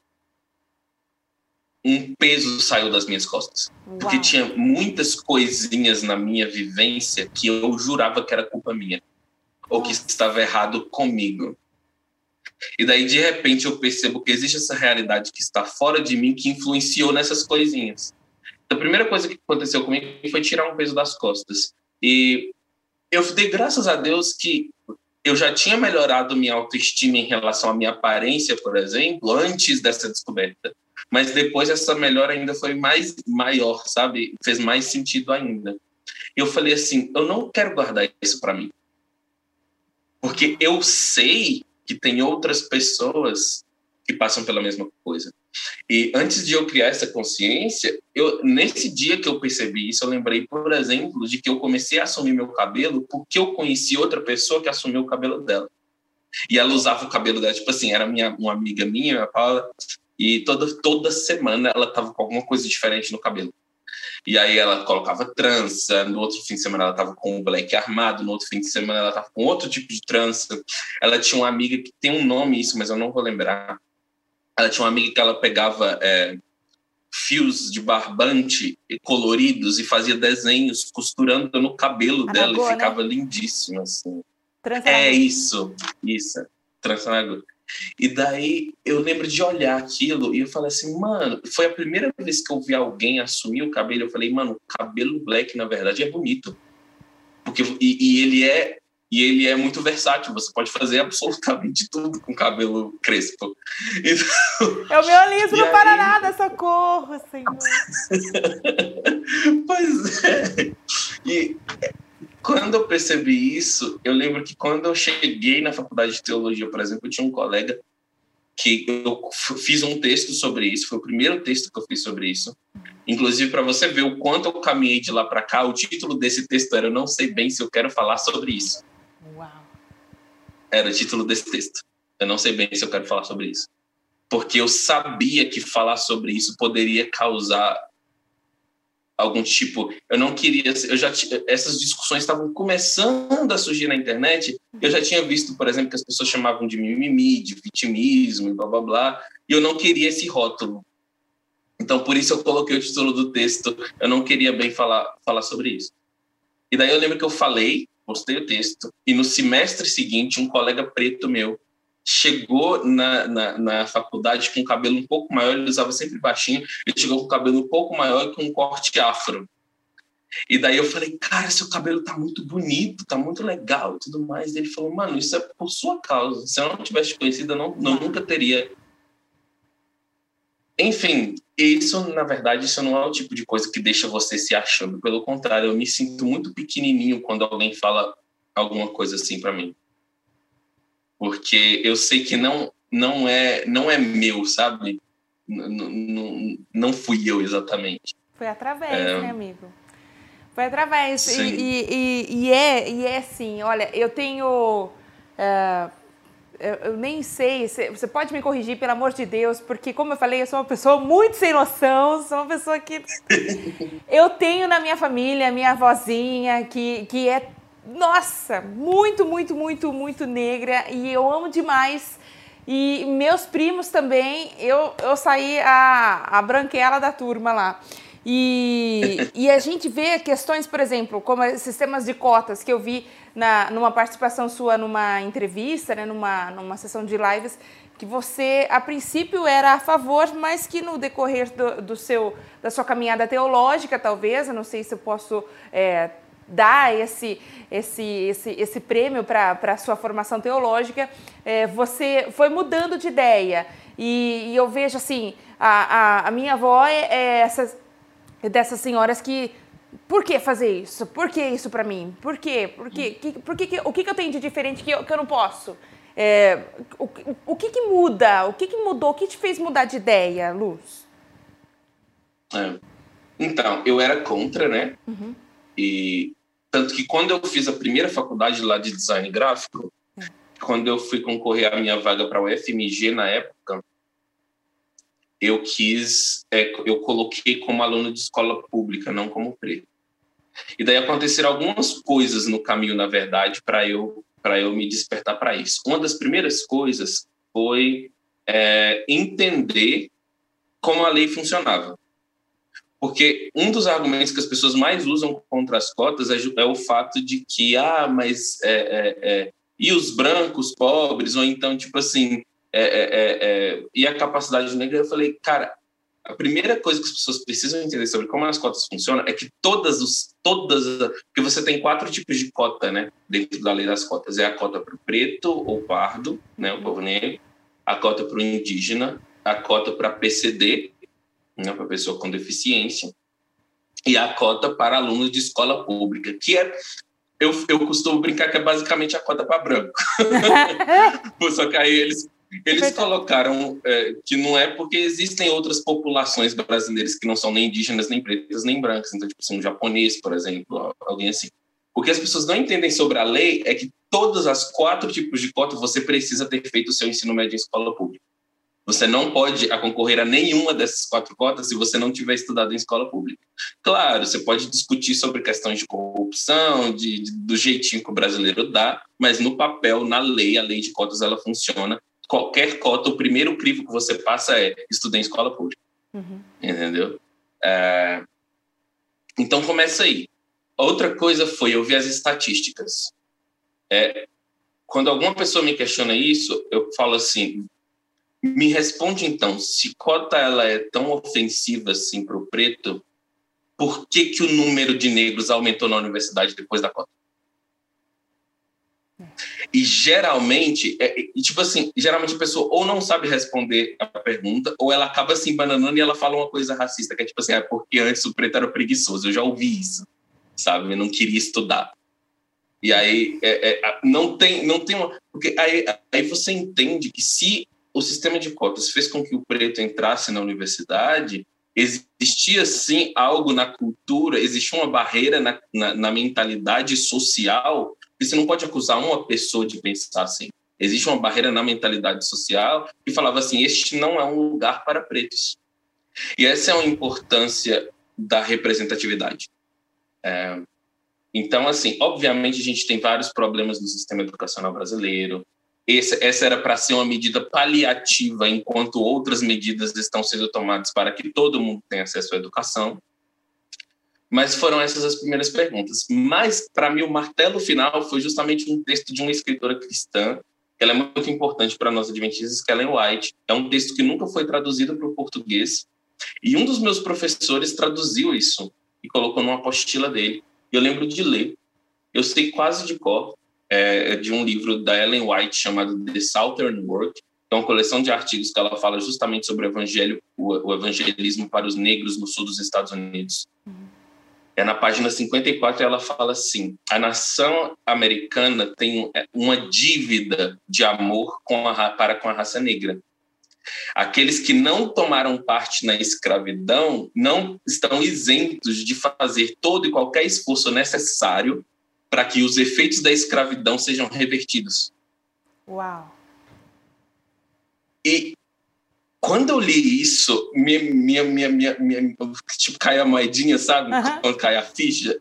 Um peso saiu das minhas costas. Uau. Porque tinha muitas coisinhas na minha vivência que eu jurava que era culpa minha. Ou que estava errado comigo. E daí, de repente, eu percebo que existe essa realidade que está fora de mim, que influenciou nessas coisinhas. A primeira coisa que aconteceu comigo foi tirar um peso das costas. E eu dei graças a Deus que eu já tinha melhorado minha autoestima em relação à minha aparência, por exemplo, antes dessa descoberta. Mas depois essa melhora ainda foi mais maior, sabe? Fez mais sentido ainda. Eu falei assim, eu não quero guardar isso para mim. Porque eu sei que tem outras pessoas que passam pela mesma coisa. E antes de eu criar essa consciência, eu, nesse dia que eu percebi isso, eu lembrei, por exemplo, de que eu comecei a assumir meu cabelo porque eu conheci outra pessoa que assumiu o cabelo dela. E ela usava o cabelo dela, tipo assim, era minha, uma amiga minha, a Paula, e toda, toda semana ela tava com alguma coisa diferente no cabelo. E aí ela colocava trança, no outro fim de semana ela estava com o black armado, no outro fim de semana ela estava com outro tipo de trança. Ela tinha uma amiga que tem um nome isso, mas eu não vou lembrar. Ela tinha uma amiga que ela pegava é, fios de barbante coloridos e fazia desenhos costurando no cabelo dela Anagô, e ficava né? lindíssimo, assim. Trança É anagô. isso, isso, trança na agulha. E daí eu lembro de olhar aquilo e eu falei assim, mano, foi a primeira vez que eu vi alguém assumir o cabelo, eu falei, mano, o cabelo black, na verdade, é bonito. Porque, e, e ele é e ele é muito versátil, você pode fazer absolutamente tudo com cabelo crespo. Então, É o meu liso não aí... para nada, socorro, Senhor. Pois é. E quando eu percebi isso, eu lembro que quando eu cheguei na faculdade de teologia, por exemplo, eu tinha um colega que eu fiz um texto sobre isso, foi o primeiro texto que eu fiz sobre isso. Inclusive, para você ver o quanto eu caminhei de lá para cá, o título desse texto era Eu Não Sei Bem Se Eu Quero Falar Sobre Isso. Uau. Era o título desse texto. Eu não sei bem se eu quero falar sobre isso. Porque eu sabia que falar sobre isso poderia causar algum tipo... Eu não queria... Eu já t... Essas discussões estavam começando a surgir na internet. Eu já tinha visto, por exemplo, que as pessoas chamavam de mimimi, de vitimismo, e blá, blá, blá. E eu não queria esse rótulo. Então, por isso eu coloquei o título do texto. Eu não queria bem falar, falar sobre isso. E daí eu lembro que eu falei, postei o texto, e no semestre seguinte, um colega preto meu chegou na, na, na faculdade com o cabelo um pouco maior, ele usava sempre baixinho, ele chegou com o cabelo um pouco maior e com um corte afro. E daí eu falei, cara, seu cabelo tá muito bonito, tá muito legal e tudo mais. E ele falou, mano, isso é por sua causa. Se eu não tivesse conhecido, eu, não, eu nunca teria... Enfim, isso, na verdade, isso não é o tipo de coisa que deixa você se achando. Pelo contrário, eu me sinto muito pequenininho quando alguém fala alguma coisa assim pra mim. Porque eu sei que não, não, é, não é meu, sabe? N- n- não fui eu exatamente. Foi através, É, né, amigo? Foi através. E, sim. e, e, e, é, e é assim, olha, eu tenho... é, eu, eu nem sei, você pode me corrigir, pelo amor de Deus, porque, como eu falei, eu sou uma pessoa muito sem noção, sou uma pessoa que... Eu tenho na minha família a minha avózinha, que, que é, nossa, muito, muito, muito, muito negra, e eu amo demais. E meus primos também, eu, eu saí a, a branquela da turma lá. E, e a gente vê questões, por exemplo, como sistemas de cotas, que eu vi na, numa participação sua numa entrevista, né, numa, numa sessão de lives, que você, a princípio, era a favor, mas que no decorrer do, do seu, da sua caminhada teológica, talvez, eu não sei se eu posso é, dar esse, esse, esse, esse prêmio para a sua formação teológica, é, você foi mudando de ideia. E, e eu vejo, assim, a, a, a minha avó é, é essa... dessas senhoras que, por que fazer isso? Por que isso pra mim? Por quê? Por quê? Que, por que, que, o que, que eu tenho de diferente que eu, que eu não posso? É, o, o que que muda? O que que mudou? O que te fez mudar de ideia, Luz? É. Então, eu era contra, né? Uhum. E tanto que quando eu fiz a primeira faculdade lá de design gráfico, é. quando eu fui concorrer à minha vaga para o U F M G na época, eu quis, é, eu coloquei como aluno de escola pública, não como preto. E daí aconteceram algumas coisas no caminho, na verdade, para eu, para eu me despertar para isso. Uma das primeiras coisas foi é, entender como a lei funcionava. Porque um dos argumentos que as pessoas mais usam contra as cotas é, é o fato de que, ah, mas, é, é, é, e os brancos pobres, ou então, tipo assim, É, é, é, e a capacidade negra, eu falei, cara, a primeira coisa que as pessoas precisam entender sobre como as cotas funcionam é que todas os, todas, porque você tem quatro tipos de cota, né, dentro da lei das cotas, é a cota para o preto ou pardo, né, o povo negro, a cota para o indígena, a cota para P C D, né, para pessoa com deficiência, e a cota para alunos de escola pública, que é, eu, eu costumo brincar que é basicamente a cota para branco. Só que aí eles Eles colocaram é, que não é porque existem outras populações brasileiras que não são nem indígenas, nem pretas, nem brancas. Então, tipo assim, um japonês, por exemplo, alguém assim. O que as pessoas não entendem sobre a lei é que todas as quatro tipos de cota você precisa ter feito o seu ensino médio em escola pública. Você não pode concorrer a nenhuma dessas quatro cotas se você não tiver estudado em escola pública. Claro, você pode discutir sobre questões de corrupção, de, de, do jeitinho que o brasileiro dá, mas no papel, na lei, a lei de cotas, ela funciona. Qualquer cota, o primeiro crivo que você passa é estudar em escola pública. Uhum. Entendeu? É... Então, começa aí. Outra coisa foi, eu vi as estatísticas. É... Quando alguma pessoa me questiona isso, eu falo assim... Me responde, então, se cota ela é tão ofensiva assim para o preto, por que, que o número de negros aumentou na universidade depois da cota? E geralmente, é, tipo assim, geralmente a pessoa ou não sabe responder a pergunta, ou ela acaba se embananando e ela fala uma coisa racista, que é tipo assim, é porque antes o preto era preguiçoso. Eu já ouvi isso, sabe? Eu não queria estudar. E aí, é, é, não tem, não tem uma... Porque aí, aí você entende que se o sistema de cotas fez com que o preto entrasse na universidade, existia sim algo na cultura, existia uma barreira na, na, na mentalidade social, que você não pode acusar uma pessoa de pensar assim. Existe uma barreira na mentalidade social que falava assim, este não é um lugar para pretos. E essa é a importância da representatividade. É, então, assim, obviamente a gente tem vários problemas no sistema educacional brasileiro. Esse, essa era para ser uma medida paliativa, enquanto outras medidas estão sendo tomadas para que todo mundo tenha acesso à educação. Mas foram essas as primeiras perguntas. Mas, para mim, o martelo final foi justamente um texto de uma escritora cristã, que ela é muito importante para nós adventistas, que é Ellen White. É um texto que nunca foi traduzido para o português. E um dos meus professores traduziu isso e colocou numa apostila dele. Eu lembro de ler. Eu sei quase de cor. É, de um livro da Ellen White chamado The Southern World, que é uma coleção de artigos que ela fala justamente sobre o evangelho, o, o evangelismo para os negros no sul dos Estados Unidos. Uhum. É na página cinquenta e quatro, ela fala assim, a nação americana tem uma dívida de amor com a, para com a raça negra. Aqueles que não tomaram parte na escravidão não estão isentos de fazer todo e qualquer esforço necessário para que os efeitos da escravidão sejam revertidos. Uau! E quando eu li isso, minha, minha, minha, minha, minha, tipo, cai a moedinha, sabe? Uh-huh. Quando cai a ficha.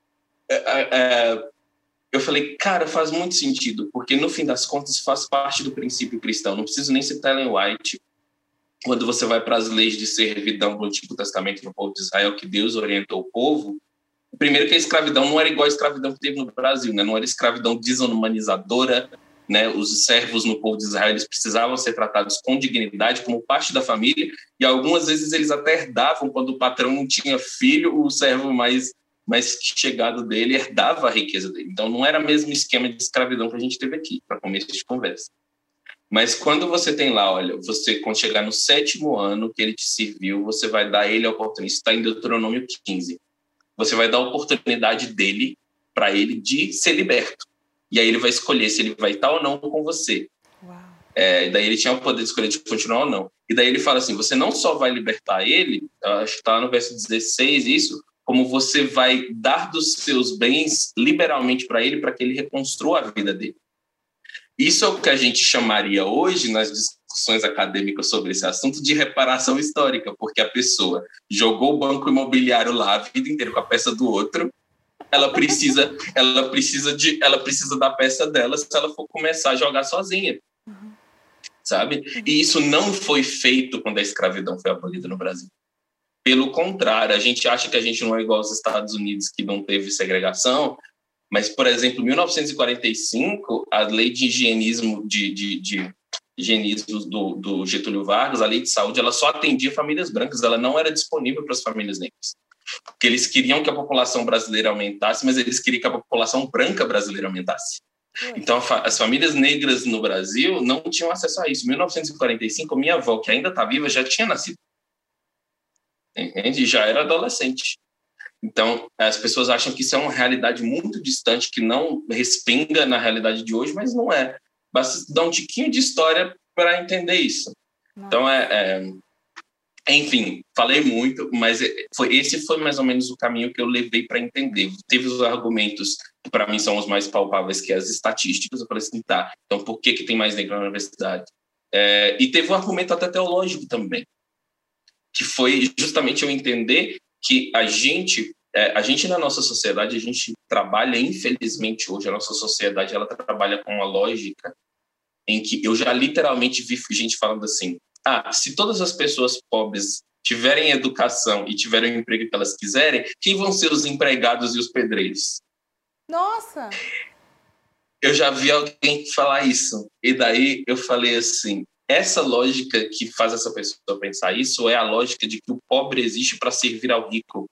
É, é, eu falei, cara, faz muito sentido, porque no fim das contas faz parte do princípio cristão. Não preciso nem citar Ellen White. Quando você vai para as leis de servidão do Antigo Testamento no povo de Israel, que Deus orientou o povo, primeiro que a escravidão não era igual a escravidão que teve no Brasil, né? Não era escravidão desumanizadora, né? Os servos no povo de Israel, eles precisavam ser tratados com dignidade, como parte da família, e algumas vezes eles até herdavam, quando o patrão não tinha filho, o servo mais, mais chegado dele herdava a riqueza dele. Então não era o mesmo esquema de escravidão que a gente teve aqui, para começo de conversa. Mas quando você tem lá, olha, você quando chegar no sétimo ano que ele te serviu, você vai dar a ele a oportunidade, isso está em Deuteronômio quinze, você vai dar a oportunidade dele, para ele, de ser liberto. E aí ele vai escolher se ele vai estar ou não com você. Uau. É, daí ele tinha o poder de escolher de continuar ou não. E daí ele fala assim, você não só vai libertar ele, acho que está no verso dezesseis isso, como você vai dar dos seus bens liberalmente para ele, para que ele reconstrua a vida dele. Isso é o que a gente chamaria hoje, nas discussões acadêmicas sobre esse assunto, de reparação histórica, porque a pessoa jogou o banco imobiliário lá a vida inteira com a peça do outro, ela precisa, ela precisa, de, ela precisa da peça dela se ela for começar a jogar sozinha, uhum. sabe? E isso não foi feito quando a escravidão foi abolida no Brasil. Pelo contrário, a gente acha que a gente não é igual aos Estados Unidos, que não teve segregação, mas, por exemplo, em mil novecentos e quarenta e cinco, a lei de higienismo, de, de, de higienismo do, do Getúlio Vargas, a lei de saúde, ela só atendia famílias brancas, ela não era disponível para as famílias negras. Porque eles queriam que a população brasileira aumentasse, mas eles queriam que a população branca brasileira aumentasse. Então, as famílias negras no Brasil não tinham acesso a isso. Em mil novecentos e quarenta e cinco, minha avó, que ainda está viva, já tinha nascido. Entende? Já era adolescente. Então, as pessoas acham que isso é uma realidade muito distante, que não respinga na realidade de hoje, mas não é. Basta dar um tiquinho de história para entender isso. Não. Então, é, é... enfim, falei muito, mas foi, esse foi mais ou menos o caminho que eu levei para entender. Teve os argumentos que, para mim, são os mais palpáveis, que é as estatísticas. Eu falei assim, tá, então por que, que tem mais negro na universidade? É, e teve um argumento até teológico também, que foi justamente eu entender que a gente, é, a gente na nossa sociedade, a gente trabalha, infelizmente hoje, a nossa sociedade, ela trabalha com uma lógica em que eu já literalmente vi gente falando assim, ah, se todas as pessoas pobres tiverem educação e tiverem o emprego que elas quiserem, quem vão ser os empregados e os pedreiros? Nossa! Eu já vi alguém falar isso. E daí eu falei assim, essa lógica que faz essa pessoa pensar isso é a lógica de que o pobre existe para servir ao rico.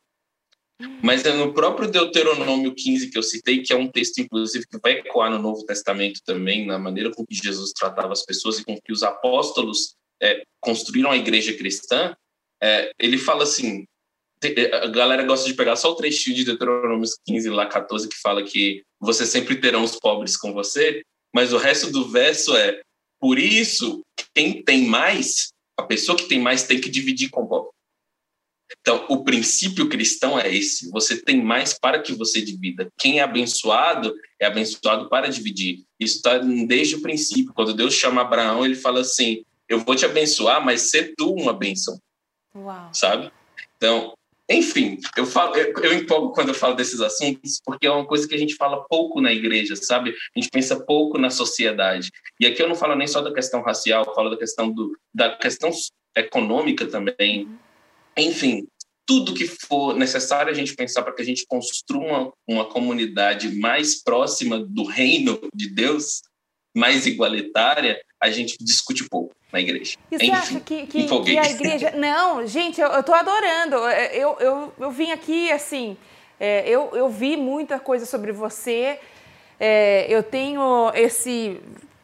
Mas é no próprio Deuteronômio quinze que eu citei, que é um texto, inclusive, que vai ecoar no Novo Testamento também, na maneira com que Jesus tratava as pessoas e com que os apóstolos é, construíram a igreja cristã, é, ele fala assim, a galera gosta de pegar só o trechinho de Deuteronômio quinze, lá quatorze, que fala que você sempre terão os pobres com você, mas o resto do verso é, por isso, quem tem mais, a pessoa que tem mais tem que dividir com o pobre. Então, o princípio cristão é esse, você tem mais para que você divida. Quem é abençoado, é abençoado para dividir. Isso está desde o princípio. Quando Deus chama Abraão, ele fala assim, eu vou te abençoar, mas ser tu uma bênção. Uau. Sabe? Então, enfim, eu, falo, eu, eu empolgo quando eu falo desses assuntos, porque é uma coisa que a gente fala pouco na igreja, sabe? A gente pensa pouco na sociedade. E aqui eu não falo nem só da questão racial, eu falo da questão, do, da questão econômica também. Enfim, tudo que for necessário a gente pensar para que a gente construa uma, uma comunidade mais próxima do reino de Deus, mais igualitária, a gente discute pouco na igreja. E você Enfim, acha que, que, que a igreja... Não, gente, eu, eu tô adorando. Eu, eu, eu vim aqui, assim, é, eu, eu vi muita coisa sobre você, é, eu tenho esse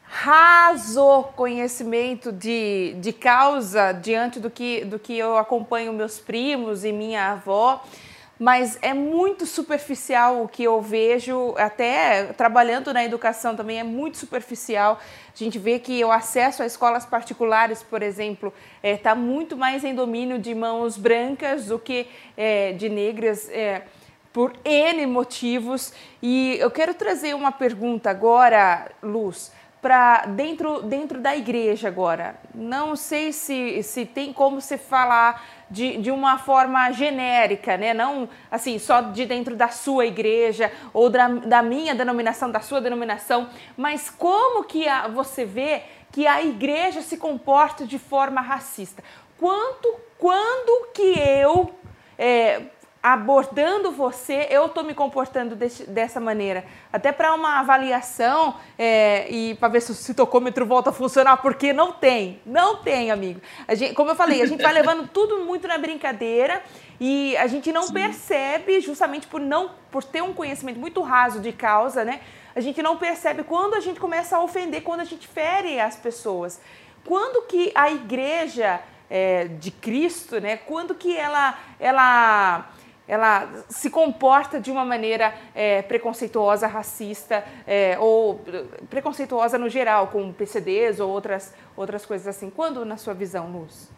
raso conhecimento de, de causa diante do que, do que eu acompanho meus primos e minha avó, mas é muito superficial o que eu vejo, até trabalhando na educação também é muito superficial. A gente vê que o acesso a escolas particulares, por exemplo, está é, muito mais em domínio de mãos brancas do que é, de negras, é, por N motivos. E eu quero trazer uma pergunta agora, Luz, para dentro, dentro da igreja agora. Não sei se, se tem como você falar de, de uma forma genérica, né? Não assim, só de dentro da sua igreja ou da, da minha denominação, da sua denominação, mas como que a, você vê que a igreja se comporta de forma racista? Quanto, quando que eu... É, abordando você, eu estou me comportando desse, dessa maneira. Até para uma avaliação é, e para ver se o citocômetro volta a funcionar, porque não tem, não tem, amigo. A gente, como eu falei, a gente vai levando tudo muito na brincadeira e a gente não Sim. percebe, justamente por, não, por ter um conhecimento muito raso de causa, né? A gente não percebe quando a gente começa a ofender, quando a gente fere as pessoas. Quando que a igreja é, de Cristo, né? Quando que ela... ela ela se comporta de uma maneira é, preconceituosa, racista, é, ou preconceituosa no geral, com P C Ds ou outras, outras coisas assim. Quando, na sua visão, Luz?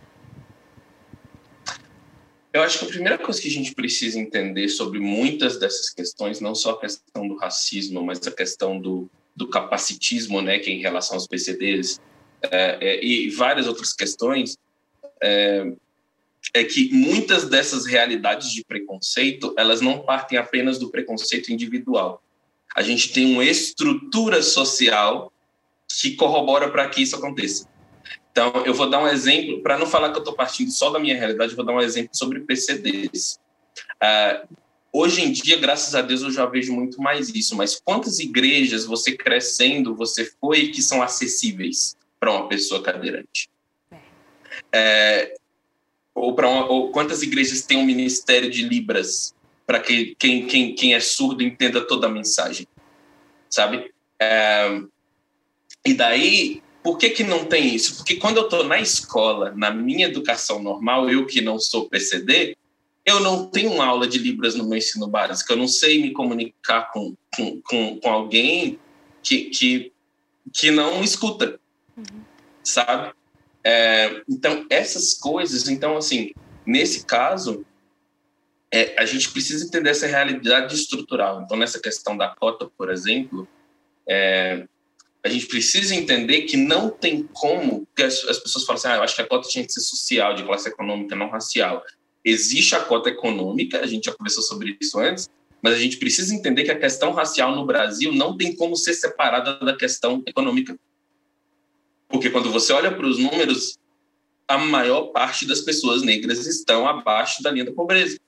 Eu acho que a primeira coisa que a gente precisa entender sobre muitas dessas questões, não só a questão do racismo, mas a questão do, do capacitismo, né, que é em relação aos P C Ds, é, é, e várias outras questões, é, é que muitas dessas realidades de preconceito, elas não partem apenas do preconceito individual. A gente tem uma estrutura social que corrobora para que isso aconteça. Então, eu vou dar um exemplo, para não falar que eu estou partindo só da minha realidade, eu vou dar um exemplo sobre P C Ds. Uh, hoje em dia, graças a Deus, eu já vejo muito mais isso, mas quantas igrejas você crescendo, você foi que são acessíveis para uma pessoa cadeirante? É... Ou, pra uma, ou quantas igrejas têm um ministério de Libras para que quem, quem, quem é surdo entenda toda a mensagem, sabe? É, e daí, por que que não tem isso? Porque quando eu estou na escola, na minha educação normal, eu que não sou P C D, eu não tenho uma aula de Libras no meu ensino básico, eu não sei me comunicar com, com, com, com alguém que, que, que não escuta, uhum. sabe? É, então, essas coisas, então, assim, nesse caso, é, a gente precisa entender essa realidade estrutural. Então, nessa questão da cota, por exemplo, é, a gente precisa entender que não tem como, porque as, as pessoas falam assim, ah, eu acho que a cota tinha que ser social, de classe econômica, não racial. Existe a cota econômica, a gente já conversou sobre isso antes, mas a gente precisa entender que a questão racial no Brasil não tem como ser separada da questão econômica. Porque quando você olha para os números, a maior parte das pessoas negras estão abaixo da linha da pobreza.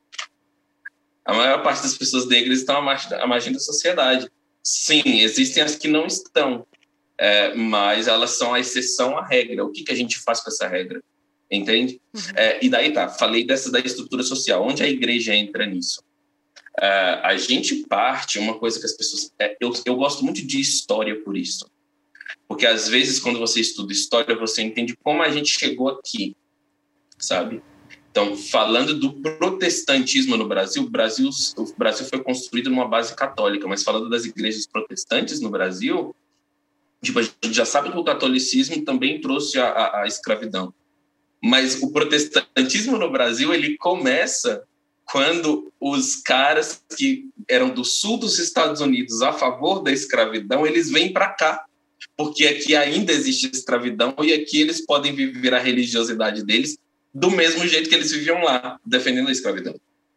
A maior parte das pessoas negras estão à margem da sociedade. Sim, existem as que não estão, é, mas elas são a exceção à regra. O que, que a gente faz com essa regra? Entende? Uhum. É, e daí tá, falei dessa da estrutura social. Onde a igreja entra nisso? Uh, a gente parte, uma coisa que as pessoas... É, eu, eu gosto muito de história por isso. Porque, às vezes, quando você estuda história, você entende como a gente chegou aqui, sabe? Então, falando do protestantismo no Brasil, o Brasil, o Brasil foi construído numa base católica, mas falando das igrejas protestantes no Brasil, tipo, a gente já sabe que o catolicismo também trouxe a, a, a escravidão. Mas o protestantismo no Brasil, ele começa... quando os caras que eram do sul dos Estados Unidos a favor da escravidão, eles vêm para cá, porque aqui ainda existe escravidão e aqui eles podem viver a religiosidade deles do mesmo jeito que eles viviam lá, defendendo a escravidão.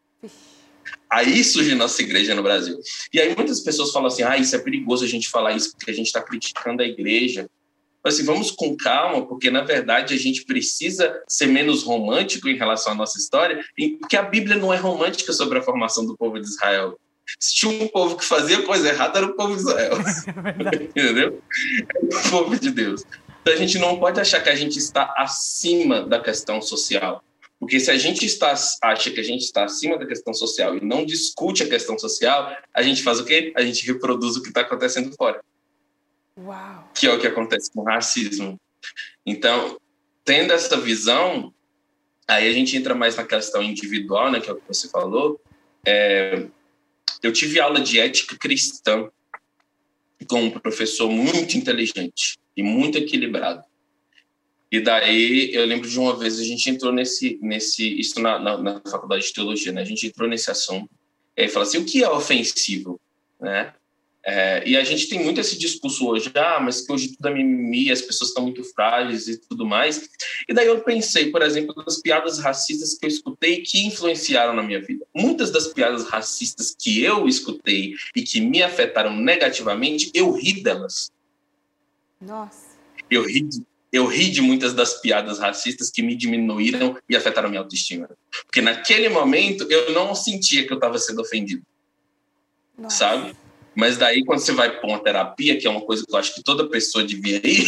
Aí surge nossa igreja no Brasil. E aí muitas pessoas falam assim, ah, isso é perigoso a gente falar isso porque a gente está criticando a igreja. Assim, vamos com calma, porque, na verdade, a gente precisa ser menos romântico em relação à nossa história, porque a Bíblia não é romântica sobre a formação do povo de Israel. Se tinha um povo que fazia coisa errada, era o povo de Israel. É entendeu? É o povo de Deus. Então, a gente não pode achar que a gente está acima da questão social. Porque se a gente está, acha que a gente está acima da questão social e não discute a questão social, a gente faz o quê? A gente reproduz o que está acontecendo fora. Uau. Que é o que acontece com o racismo. Então, tendo essa visão, aí a gente entra mais na questão individual, né, que é o que você falou. É, eu tive aula de ética cristã com um professor muito inteligente e muito equilibrado. E daí, eu lembro de uma vez, a gente entrou nesse... nesse isso na, na, na faculdade de teologia, né? A gente entrou nesse assunto. E aí fala assim, o que é ofensivo? Né? É, e a gente tem muito esse discurso hoje, ah, mas que hoje tudo é mimimi, as pessoas estão muito frágeis e tudo mais. E daí eu pensei, por exemplo, nas piadas racistas que eu escutei que influenciaram na minha vida. Muitas das piadas racistas que eu escutei e que me afetaram negativamente, eu ri delas. Nossa. Eu ri, eu ri de muitas das piadas racistas que me diminuíram e afetaram minha autoestima. Porque naquele momento eu não sentia que eu estava sendo ofendido. Nossa. Sabe? Mas daí, quando você vai para uma terapia, que é uma coisa que eu acho que toda pessoa devia ir...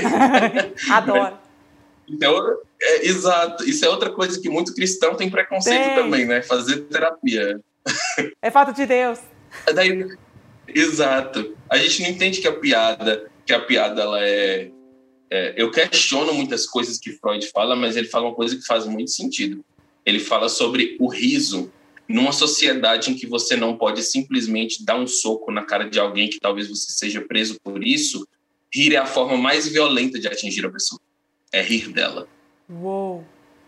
Adoro. Então, é, exato. Isso é outra coisa que muito cristão tem preconceito tem. também, né? Fazer terapia. É falta de Deus. Daí, exato. A gente não entende que a piada, que a piada, ela é, é... Eu questiono muitas coisas que Freud fala, mas ele fala uma coisa que faz muito sentido. Ele fala sobre o riso. Numa sociedade em que você não pode simplesmente dar um soco na cara de alguém que talvez você seja preso por isso, rir é a forma mais violenta de atingir a pessoa. É rir dela. Uou.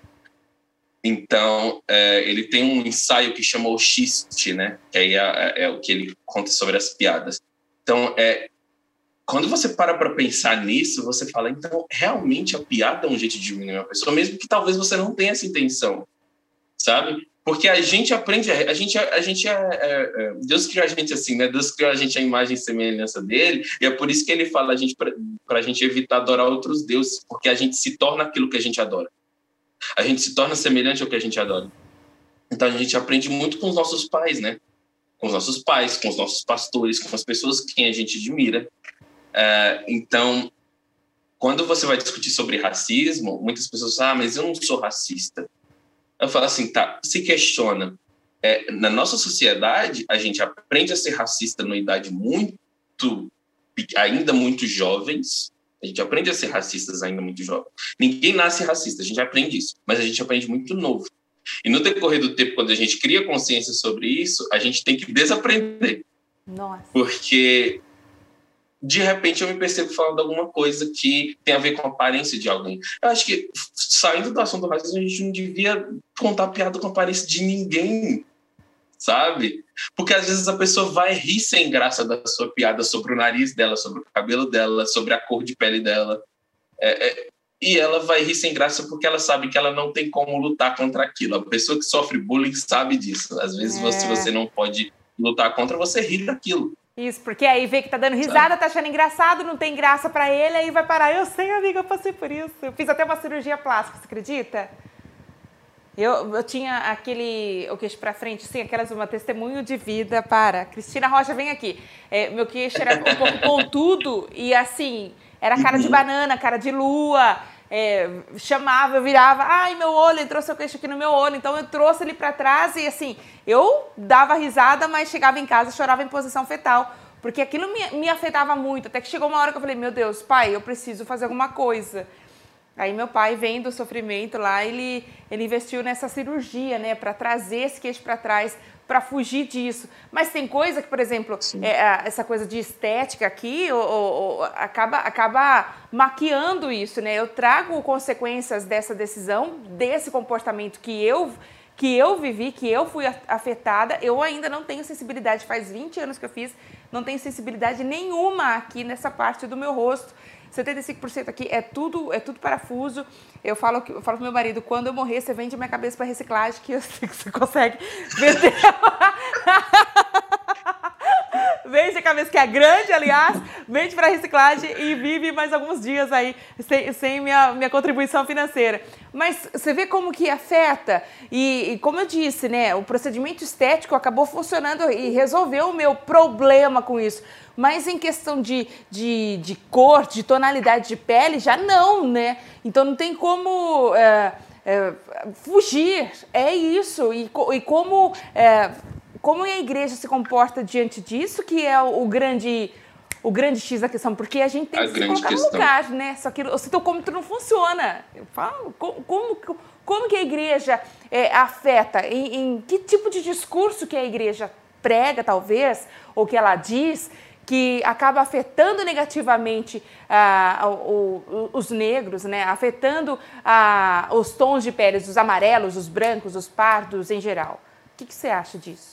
Então, é, ele tem um ensaio que chama o Xiste, né? Que aí é, é o que ele conta sobre as piadas. Então, é, quando você para para pensar nisso, você fala, então, realmente a piada é um jeito de diminuir uma pessoa, mesmo que talvez você não tenha essa intenção, sabe? Porque a gente aprende, a gente, a gente é, é, é, Deus criou a gente assim, né? Deus criou a gente à imagem e semelhança dele, e é por isso que ele fala a gente, para a gente evitar adorar outros deuses, porque a gente se torna aquilo que a gente adora. A gente se torna semelhante ao que a gente adora. Então a gente aprende muito com os nossos pais, né? Com os nossos pais, com os nossos pastores, com as pessoas que a gente admira. É, então, quando você vai discutir sobre racismo, muitas pessoas falam, ah, mas eu não sou racista. Eu falo assim, tá, se questiona. É, na nossa sociedade, a gente aprende a ser racista numa idade muito, ainda muito jovens. A gente aprende a ser racistas ainda muito jovens. Ninguém nasce racista, a gente aprende isso. Mas a gente aprende muito novo. E no decorrer do tempo, quando a gente cria consciência sobre isso, a gente tem que desaprender. Nossa. Porque... de repente eu me percebo falando alguma coisa que tem a ver com a aparência de alguém. Eu acho que, saindo do assunto do racismo, a gente não devia contar piada com a aparência de ninguém, sabe? Porque às vezes a pessoa vai rir sem graça da sua piada sobre o nariz dela, sobre o cabelo dela, sobre a cor de pele dela. É, é, e ela vai rir sem graça porque ela sabe que ela não tem como lutar contra aquilo. A pessoa que sofre bullying sabe disso. Às vezes, é. se você não pode lutar contra, você ri daquilo. Isso, porque aí vê que tá dando risada, sabe? Tá achando engraçado, não tem graça pra ele, aí vai parar. Eu sei, amiga, eu passei por isso. Eu fiz até uma cirurgia plástica, você acredita? Eu, eu tinha aquele, o queixo pra frente, assim, aquelas, uma testemunho de vida para... Cristina Rocha, vem aqui. É, meu queixo era um pouco pontudo e, assim, era cara de banana, cara de lua. É, chamava, eu virava, ai, meu olho, ele trouxe o queixo aqui no meu olho. Então, eu trouxe ele pra trás e, assim, eu dava risada, mas chegava em casa e chorava em posição fetal. Porque aquilo me, me afetava muito. Até que chegou uma hora que eu falei, meu Deus, pai, eu preciso fazer alguma coisa. Aí meu pai, vendo o sofrimento lá, ele, ele investiu nessa cirurgia, né, para trazer esse queixo para trás, para fugir disso. Mas tem coisa que, por exemplo, é, essa coisa de estética aqui ou, ou, ou, acaba, acaba maquiando isso, né? Eu trago consequências dessa decisão, desse comportamento que eu, que eu vivi, que eu fui afetada. Eu ainda não tenho sensibilidade, faz vinte anos que eu fiz, não tenho sensibilidade nenhuma aqui nessa parte do meu rosto. setenta e cinco por cento aqui é tudo, é tudo parafuso. Eu falo, eu falo pro meu marido, quando eu morrer, você vende minha cabeça para reciclagem, que eu sei que você consegue vender. Vende a cabeça, que é grande, aliás, vende para reciclagem e vive mais alguns dias aí sem, sem minha, minha contribuição financeira. Mas você vê como que afeta e, e, como eu disse, né, o procedimento estético acabou funcionando e resolveu o meu problema com isso. Mas em questão de, de, de cor, de tonalidade de pele, já não, né? Então não tem como é, é, fugir, é isso. E, e como... É, Como a igreja se comporta diante disso, que é o, o, grande, o grande X da questão, porque a gente tem a que se colocar questão. no lugar, né? Só que o citocômetro não funciona. Eu falo, como, como, como que a igreja é, afeta? Em, em que tipo de discurso que a igreja prega, talvez, ou que ela diz, que acaba afetando negativamente ah, o, o, os negros, né? Afetando ah, os tons de pele, os amarelos, os brancos, os pardos em geral. O que, que você acha disso?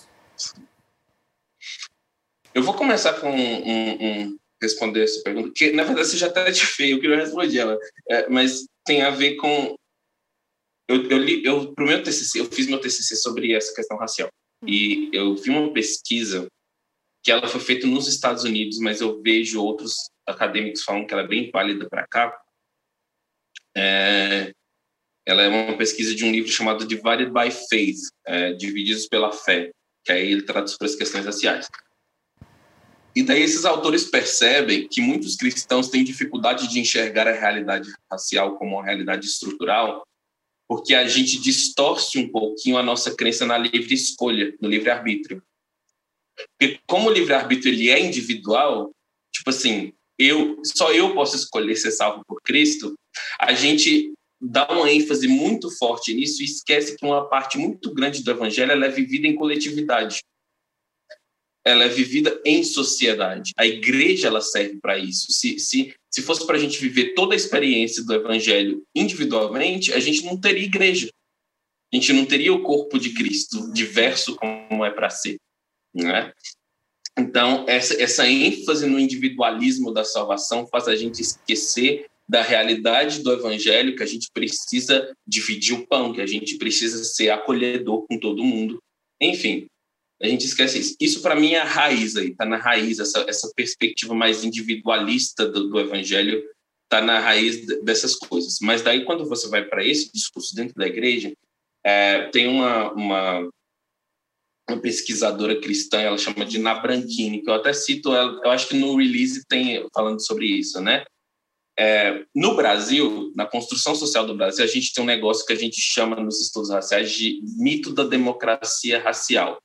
Eu vou começar com um, um, um responder essa pergunta, que na verdade você já até te fez, eu queria responder ela, é, mas tem a ver com eu, eu li, eu pro meu T C C, eu fiz meu T C C sobre essa questão racial e eu vi uma pesquisa que ela foi feita nos Estados Unidos, mas eu vejo outros acadêmicos falando que ela é bem válida para cá. É, ela é uma pesquisa de um livro chamado Divided by Faith, é, Divididos pela Fé, que aí ele trata sobre as questões raciais. E daí esses autores percebem que muitos cristãos têm dificuldade de enxergar a realidade racial como uma realidade estrutural, porque a gente distorce um pouquinho a nossa crença na livre escolha, no livre-arbítrio. Porque como o livre-arbítrio ele é individual, tipo assim, eu, só eu posso escolher ser salvo por Cristo, a gente dá uma ênfase muito forte nisso e esquece que uma parte muito grande do evangelho ela é vivida em coletividade. Ela é vivida em sociedade. A igreja ela serve para isso. Se, se, se fosse para a gente viver toda a experiência do evangelho individualmente, a gente não teria igreja. A gente não teria o corpo de Cristo diverso como é para ser. Né? Então, essa, essa ênfase no individualismo da salvação faz a gente esquecer da realidade do evangelho, que a gente precisa dividir o pão, que a gente precisa ser acolhedor com todo mundo. Enfim, a gente esquece isso. Isso, para mim, é a raiz aí, está na raiz, essa, essa perspectiva mais individualista do, do evangelho está na raiz dessas coisas. Mas daí, quando você vai para esse discurso dentro da igreja, é, tem uma, uma, uma pesquisadora cristã, ela chama de Nabranchini, que eu até cito, ela, eu acho que no release tem falando sobre isso, né? É, no Brasil, na construção social do Brasil, a gente tem um negócio que a gente chama nos estudos raciais de mito da democracia racial.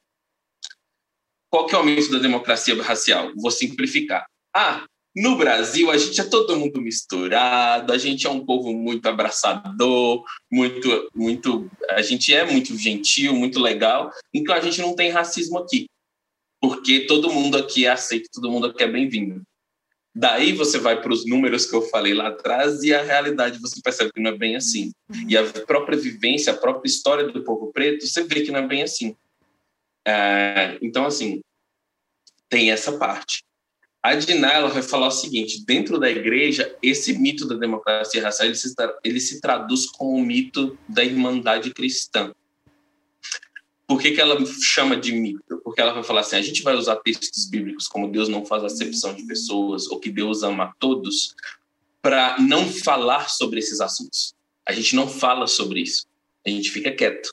Qual que é o mito da democracia racial? Vou simplificar. Ah, no Brasil, a gente é todo mundo misturado, a gente é um povo muito abraçador, muito, muito, a gente é muito gentil, muito legal, então a gente não tem racismo aqui, porque todo mundo aqui é aceito, todo mundo aqui é bem-vindo. Daí você vai para os números que eu falei lá atrás e a realidade você percebe que não é bem assim. Uhum. E a própria vivência, a própria história do povo preto, você vê que não é bem assim. É, então, assim, tem essa parte. A Diná, ela vai falar o seguinte: dentro da igreja, esse mito da democracia racial, ele se, ele se traduz como o mito da irmandade cristã. Por que que ela chama de mito? Porque ela vai falar assim: a gente vai usar textos bíblicos como Deus não faz acepção de pessoas, ou que Deus ama a todos, para não falar sobre esses assuntos. A gente não fala sobre isso. A gente fica quieto.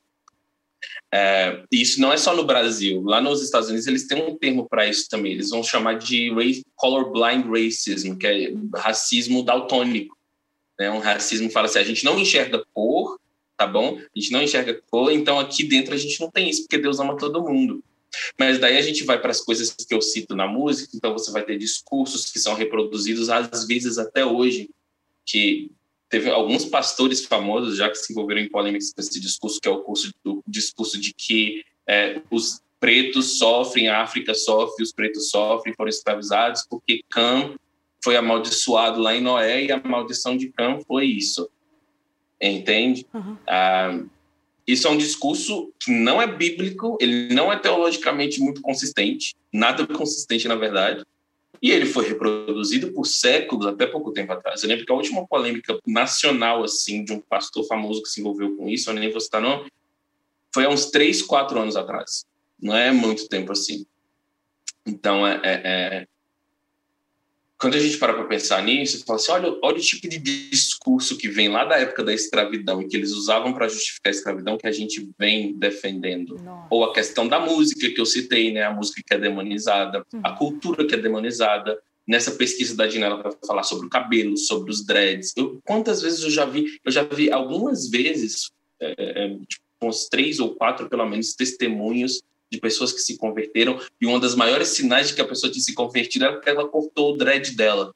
É, isso não é só no Brasil. Lá nos Estados Unidos eles têm um termo para isso também. Eles vão chamar de race, colorblind racism, que é racismo daltônico. É um racismo que fala assim: a gente não enxerga cor, tá bom? A gente não enxerga cor, então aqui dentro a gente não tem isso, porque Deus ama todo mundo. Mas daí a gente vai para as coisas que eu cito na música, então você vai ter discursos que são reproduzidos às vezes até hoje, que teve alguns pastores famosos já que se envolveram em polêmicas com esse discurso, que é o, curso, o discurso de que é, os pretos sofrem, a África sofre, os pretos sofrem, foram escravizados, porque Cã foi amaldiçoado lá em Noé e a maldição de Cã foi isso. Entende? Uhum. Ah, isso é um discurso que não é bíblico, ele não é teologicamente muito consistente, nada consistente, na verdade. E ele foi reproduzido por séculos, até pouco tempo atrás. Eu lembro que a última polêmica nacional, assim, de um pastor famoso que se envolveu com isso, eu nem vou citar nome, foi há uns três, quatro anos atrás. Não é muito tempo assim. Então, é, é, é... quando a gente para para pensar nisso, fala assim: olha, olha o tipo de discurso que vem lá da época da escravidão e que eles usavam para justificar a escravidão, que a gente vem defendendo. Nossa. Ou a questão da música que eu citei, né? A música que é demonizada, uhum. a cultura que é demonizada. Nessa pesquisa da Dina, ela vai falar sobre o cabelo, sobre os dreads. Eu, quantas vezes eu já vi? Eu já vi algumas vezes, é, tipo, uns três ou quatro, pelo menos, testemunhos de pessoas que se converteram, e um dos maiores sinais de que a pessoa tinha se convertido era que ela cortou o dread dela.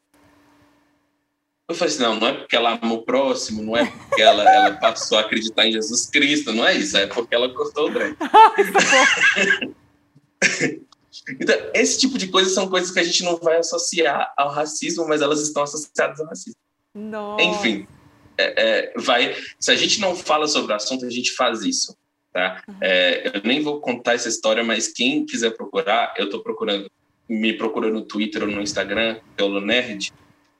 Eu falei assim: não, não é porque ela ama o próximo, não é porque ela, ela passou a acreditar em Jesus Cristo, não é isso, é porque ela cortou o dread. Então, esse tipo de coisas são coisas que a gente não vai associar ao racismo, mas elas estão associadas ao racismo. Nossa. Enfim, é, é, vai, se a gente não fala sobre o assunto, a gente faz isso. Tá? Uhum. É, eu nem vou contar essa história, mas quem quiser procurar, eu estou procurando, me procurando no Twitter ou no Instagram, pelo Nerd.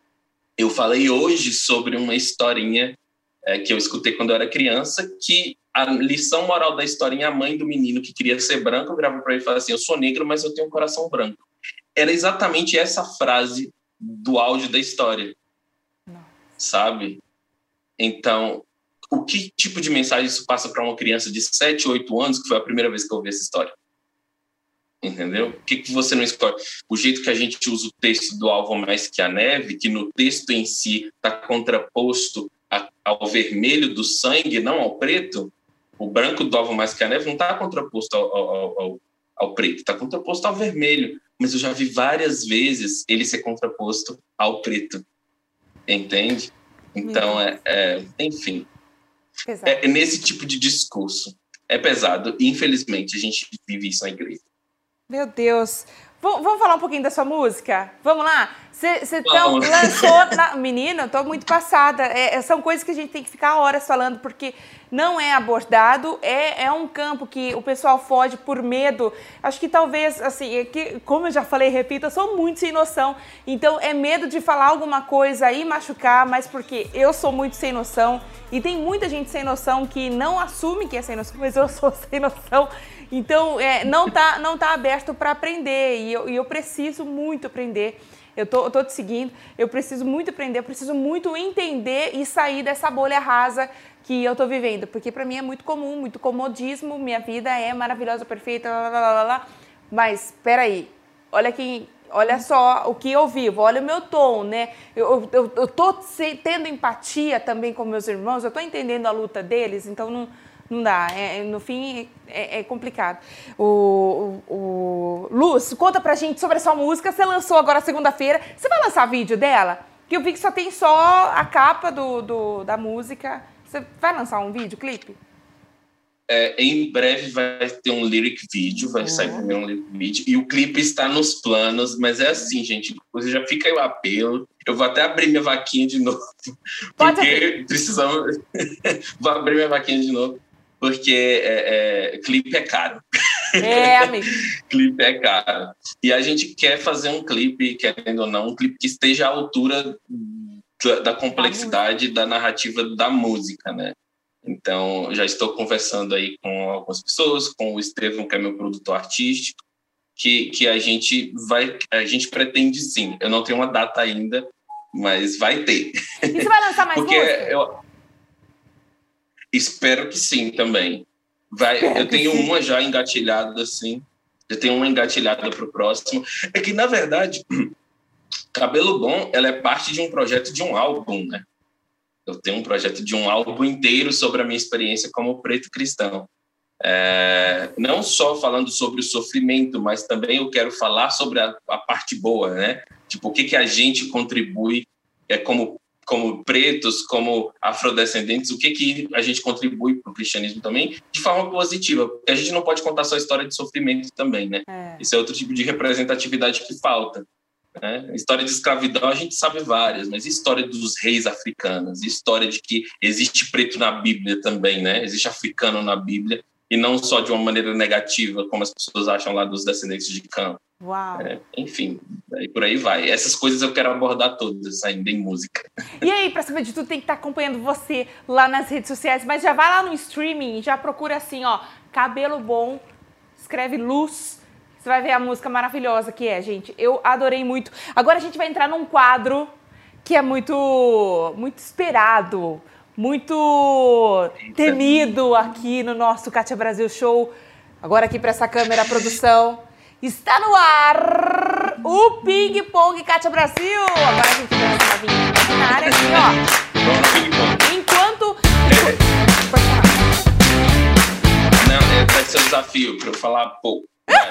Eu falei hoje sobre uma historinha é, que eu escutei quando eu era criança, que a lição moral da historinha, a mãe do menino que queria ser branco virava para ele e falava assim: eu sou negro, mas eu tenho um coração branco. Era exatamente essa frase do áudio da história. Não. Sabe? Então, o que tipo de mensagem isso passa para uma criança de sete, oito anos, que foi a primeira vez que eu ouvi essa história? Entendeu? O que, que você não escolhe? O jeito que a gente usa o texto do Alvo Mais Que a Neve, que no texto em si está contraposto a, ao vermelho do sangue, não ao preto. O branco do Alvo Mais Que a Neve não está contraposto ao, ao, ao, ao preto, está contraposto ao vermelho. Mas eu já vi várias vezes ele ser contraposto ao preto. Entende? Então, é, é, enfim... É, nesse tipo de discurso. É pesado. E, infelizmente, a gente vive isso na igreja. Meu Deus. V- vamos falar um pouquinho da sua música? Vamos lá? Você lançou... Na... Menina, eu tô muito passada. É, são coisas que a gente tem que ficar horas falando, porque não é abordado. É, é um campo que o pessoal foge por medo. Acho que talvez, assim, é que, como eu já falei, repito, eu sou muito sem noção. Então, é medo de falar alguma coisa e machucar, mas porque eu sou muito sem noção. E tem muita gente sem noção que não assume que é sem noção, mas eu sou sem noção. Então, é, não tá, não tá aberto para aprender. E eu, e eu preciso muito aprender. Eu tô, eu tô te seguindo, eu preciso muito aprender, eu preciso muito entender e sair dessa bolha rasa que eu tô vivendo. Porque para mim é muito comum, muito comodismo, minha vida é maravilhosa, perfeita, lá, lá, lá, lá. Mas, peraí, olha quem... Olha só o que eu vivo, olha o meu tom, né? Eu, eu, eu tô tendo empatia também com meus irmãos, eu tô entendendo a luta deles, então não, não dá. É, no fim, é, é complicado. O, o, o... Luz, conta pra gente sobre a sua música. Você lançou agora segunda-feira. Você vai lançar vídeo dela? Que eu vi que só tem só a capa do, do, da música. Você vai lançar um vídeo, clipe? É, em breve vai ter um lyric vídeo, vai uhum. sair primeiro um lyric vídeo, e o clipe está nos planos, mas é assim, gente, você já fica aí o apelo, eu vou até abrir minha vaquinha de novo, Pode porque abrir. precisamos, vou abrir minha vaquinha de novo, porque é, é, clipe é caro. É, amigo. Clipe é caro. E a gente quer fazer um clipe, querendo ou não, um clipe que esteja à altura da, da complexidade da narrativa da música, né? Então, já estou conversando aí com algumas pessoas, com o Estevão, que é meu produtor artístico, que, que a gente vai, a gente pretende sim. Eu não tenho uma data ainda, mas vai ter. E você vai lançar mais Porque música? eu espero que sim também. Vai, Espero eu tenho sim. uma já engatilhada, assim. Eu tenho uma engatilhada para o próximo. É que, na verdade, Cabelo Bom, ela é parte de um projeto de um álbum, né? Eu tenho um projeto de um álbum inteiro sobre a minha experiência como preto cristão. É, não só falando sobre o sofrimento, mas também eu quero falar sobre a, a parte boa, né? Tipo, o que, que a gente contribui é, como, como pretos, como afrodescendentes, o que, que a gente contribui para o cristianismo também, de forma positiva. Porque a gente não pode contar só a história de sofrimento também, né? É. Isso é outro tipo de representatividade que falta. Né? História de escravidão a gente sabe várias, mas história dos reis africanos, história de que existe preto na Bíblia também, né? Existe africano na Bíblia, e não só de uma maneira negativa, como as pessoas acham lá dos descendentes de Cã. Uau! É, enfim, aí por aí vai. Essas coisas eu quero abordar todas ainda em música. E aí, pra saber de tudo, tem que estar acompanhando você lá nas redes sociais, mas já vai lá no streaming, já procura assim, ó, Cabelo Bom, escreve Luz, você vai ver a música maravilhosa que é, gente. Eu adorei muito. Agora a gente vai entrar num quadro que é muito, muito esperado, muito temido aqui no nosso Kátia Brasil Show. Agora aqui para essa câmera, a produção. Está no ar o Ping Pong Kátia Brasil. Agora a gente vai essa vinheta na área aqui, ó. Vamos ping pong. Enquanto... É. Pode falar. Não, é, vai ser um desafio para eu falar pouco.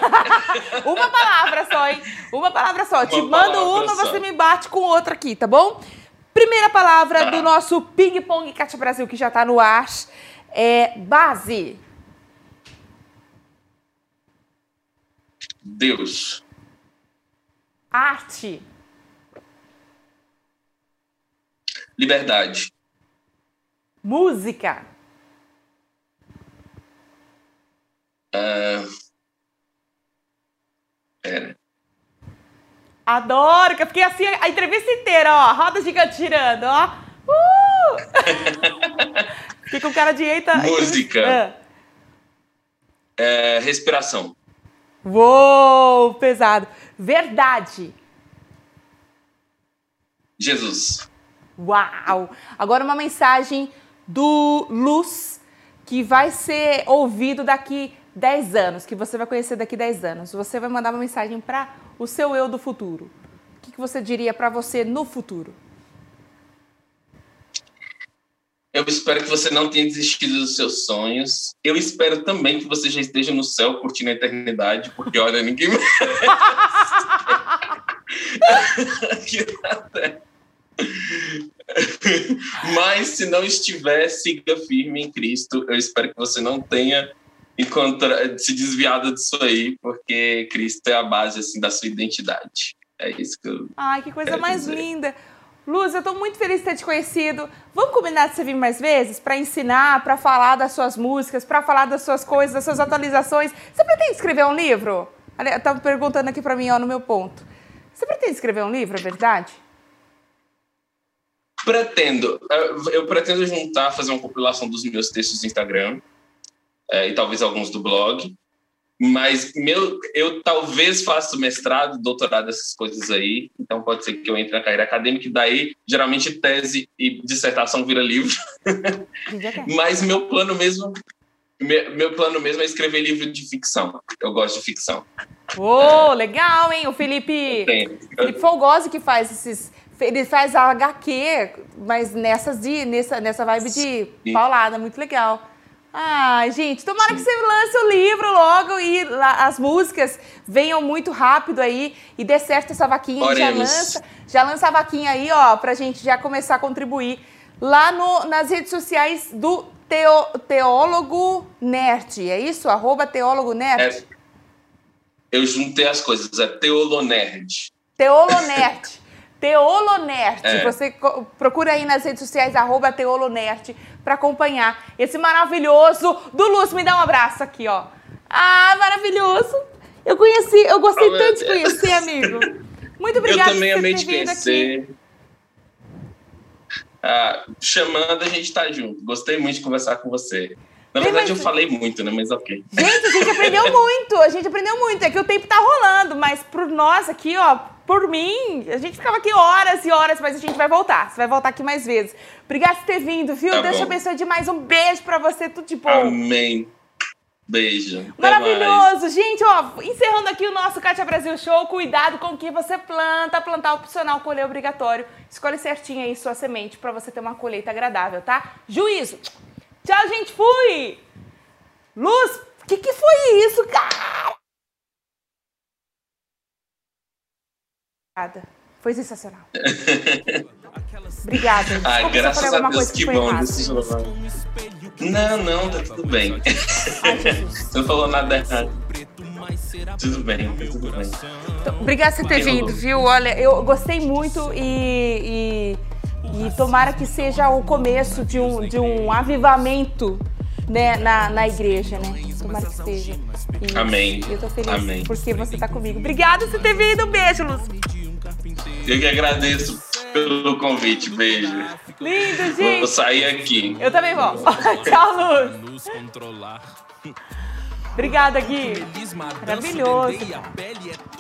Uma palavra só, hein? Uma palavra só. Eu te Uma mando palavra uma, só. você me bate com outra aqui, tá bom? Primeira palavra Tá. do nosso Ping Pong Kátia Brasil, que já tá no ar, é base. Deus. Arte. Liberdade. Música. Ah, pera. Adoro, que eu fiquei assim a entrevista inteira, ó. Roda gigante girando, ó. Uh! Fiquei com cara de eita. Música. Ah. É, respiração. Uou, pesado. Verdade. Jesus. Uau! Agora uma mensagem do Luz, que vai ser ouvido daqui dez anos, que você vai conhecer daqui dez anos. Você vai mandar uma mensagem para o seu eu do futuro. O que, que você diria para você no futuro? Eu espero que você não tenha desistido dos seus sonhos. Eu espero também que você já esteja no céu curtindo a eternidade, porque, olha, ninguém aqui na Terra. Mas, se não estiver, siga firme em Cristo. Eu espero que você não tenha encontra... se desviado disso aí, porque Cristo é a base assim, da sua identidade. É isso que eu Ai, que coisa quero mais dizer. linda. Luz, eu tô muito feliz de ter te conhecido. Vamos combinar de você vir mais vezes para ensinar, para falar das suas músicas, para falar das suas coisas, das suas atualizações. Você pretende escrever um livro? Olha, tá perguntando aqui para mim, ó, no meu ponto. Você pretende escrever um livro, é verdade? Pretendo. Eu pretendo juntar, fazer uma compilação dos meus textos do Instagram é, e talvez alguns do blog. Mas meu, eu talvez faça mestrado, doutorado, essas coisas aí. Então pode ser que eu entre na carreira acadêmica e daí, geralmente, tese e dissertação vira livro. Mas meu plano mesmo... Meu, meu plano mesmo é escrever livro de ficção. Eu gosto de ficção. Ô, legal, hein? O Felipe, Tem. Felipe Folgosi que faz esses... Ele faz a agá quê, mas nessas de, nessa, nessa vibe de Sim. paulada, muito legal. Ai, gente, tomara que você lance o livro logo e lá, as músicas venham muito rápido aí e dê certo essa vaquinha. Já Oremos. lança, já lança a vaquinha aí, ó, pra gente já começar a contribuir lá no, nas redes sociais do teo, Teólogo Nerd, é isso? Arroba Teólogo Nerd? É, eu juntei as coisas, é Teolonerd. Teolonerd. Teolonerd. É. Você co- procura aí nas redes sociais, arroba Teolonerd, para acompanhar esse maravilhoso do Luz. Me dá um abraço aqui, ó. Ah, maravilhoso. Eu conheci, eu gostei Oh, tanto de Deus. conhecer, amigo. Muito obrigada Eu também por amei ter te vindo aqui. conhecer. Ah, chamando, a gente tá junto. Gostei muito de conversar com você. Na Bem, verdade, mas- eu falei muito, né? Mas ok. Gente, a gente aprendeu muito, a gente aprendeu muito. É que o tempo tá rolando, mas por nós aqui, ó, por mim, a gente ficava aqui horas e horas, mas a gente vai voltar. Você vai voltar aqui mais vezes. Obrigada por ter vindo, viu? Tá Deus te bom. abençoe demais. Um beijo pra você, tudo de bom. Amém. Beijo. Até mais. Maravilhoso! Gente, ó, encerrando aqui o nosso Kátia Brasil Show, cuidado com o que você planta, plantar opcional, colher obrigatório. Escolhe certinho aí sua semente pra você ter uma colheita agradável, tá? Juízo! Tchau, gente, fui! Luz, o que que foi isso, cara? Obrigada. Foi sensacional. Obrigada. Desculpa Ah, se eu graças falei a alguma Deus, coisa que foi bom. errada. Deixa eu falar. Não, não, tá tudo bem. Ai, Jesus. Você não falou nada errado. Tudo bem, tá tudo bem. Então, obrigada por ter Porque vindo, rolou. viu? Olha, eu gostei muito e, e, e tomara que seja o começo de um, de um avivamento, né, na, na igreja, né? Tomara que seja. E Amém. Eu tô feliz Amém. porque você tá comigo. Obrigada por ter vindo. Um beijo, Luz. Eu que agradeço pelo convite. Beijo. Lindo, Vou gente. sair aqui. Eu também vou. Tchau, Luz. Obrigada, Gui. Maravilhoso.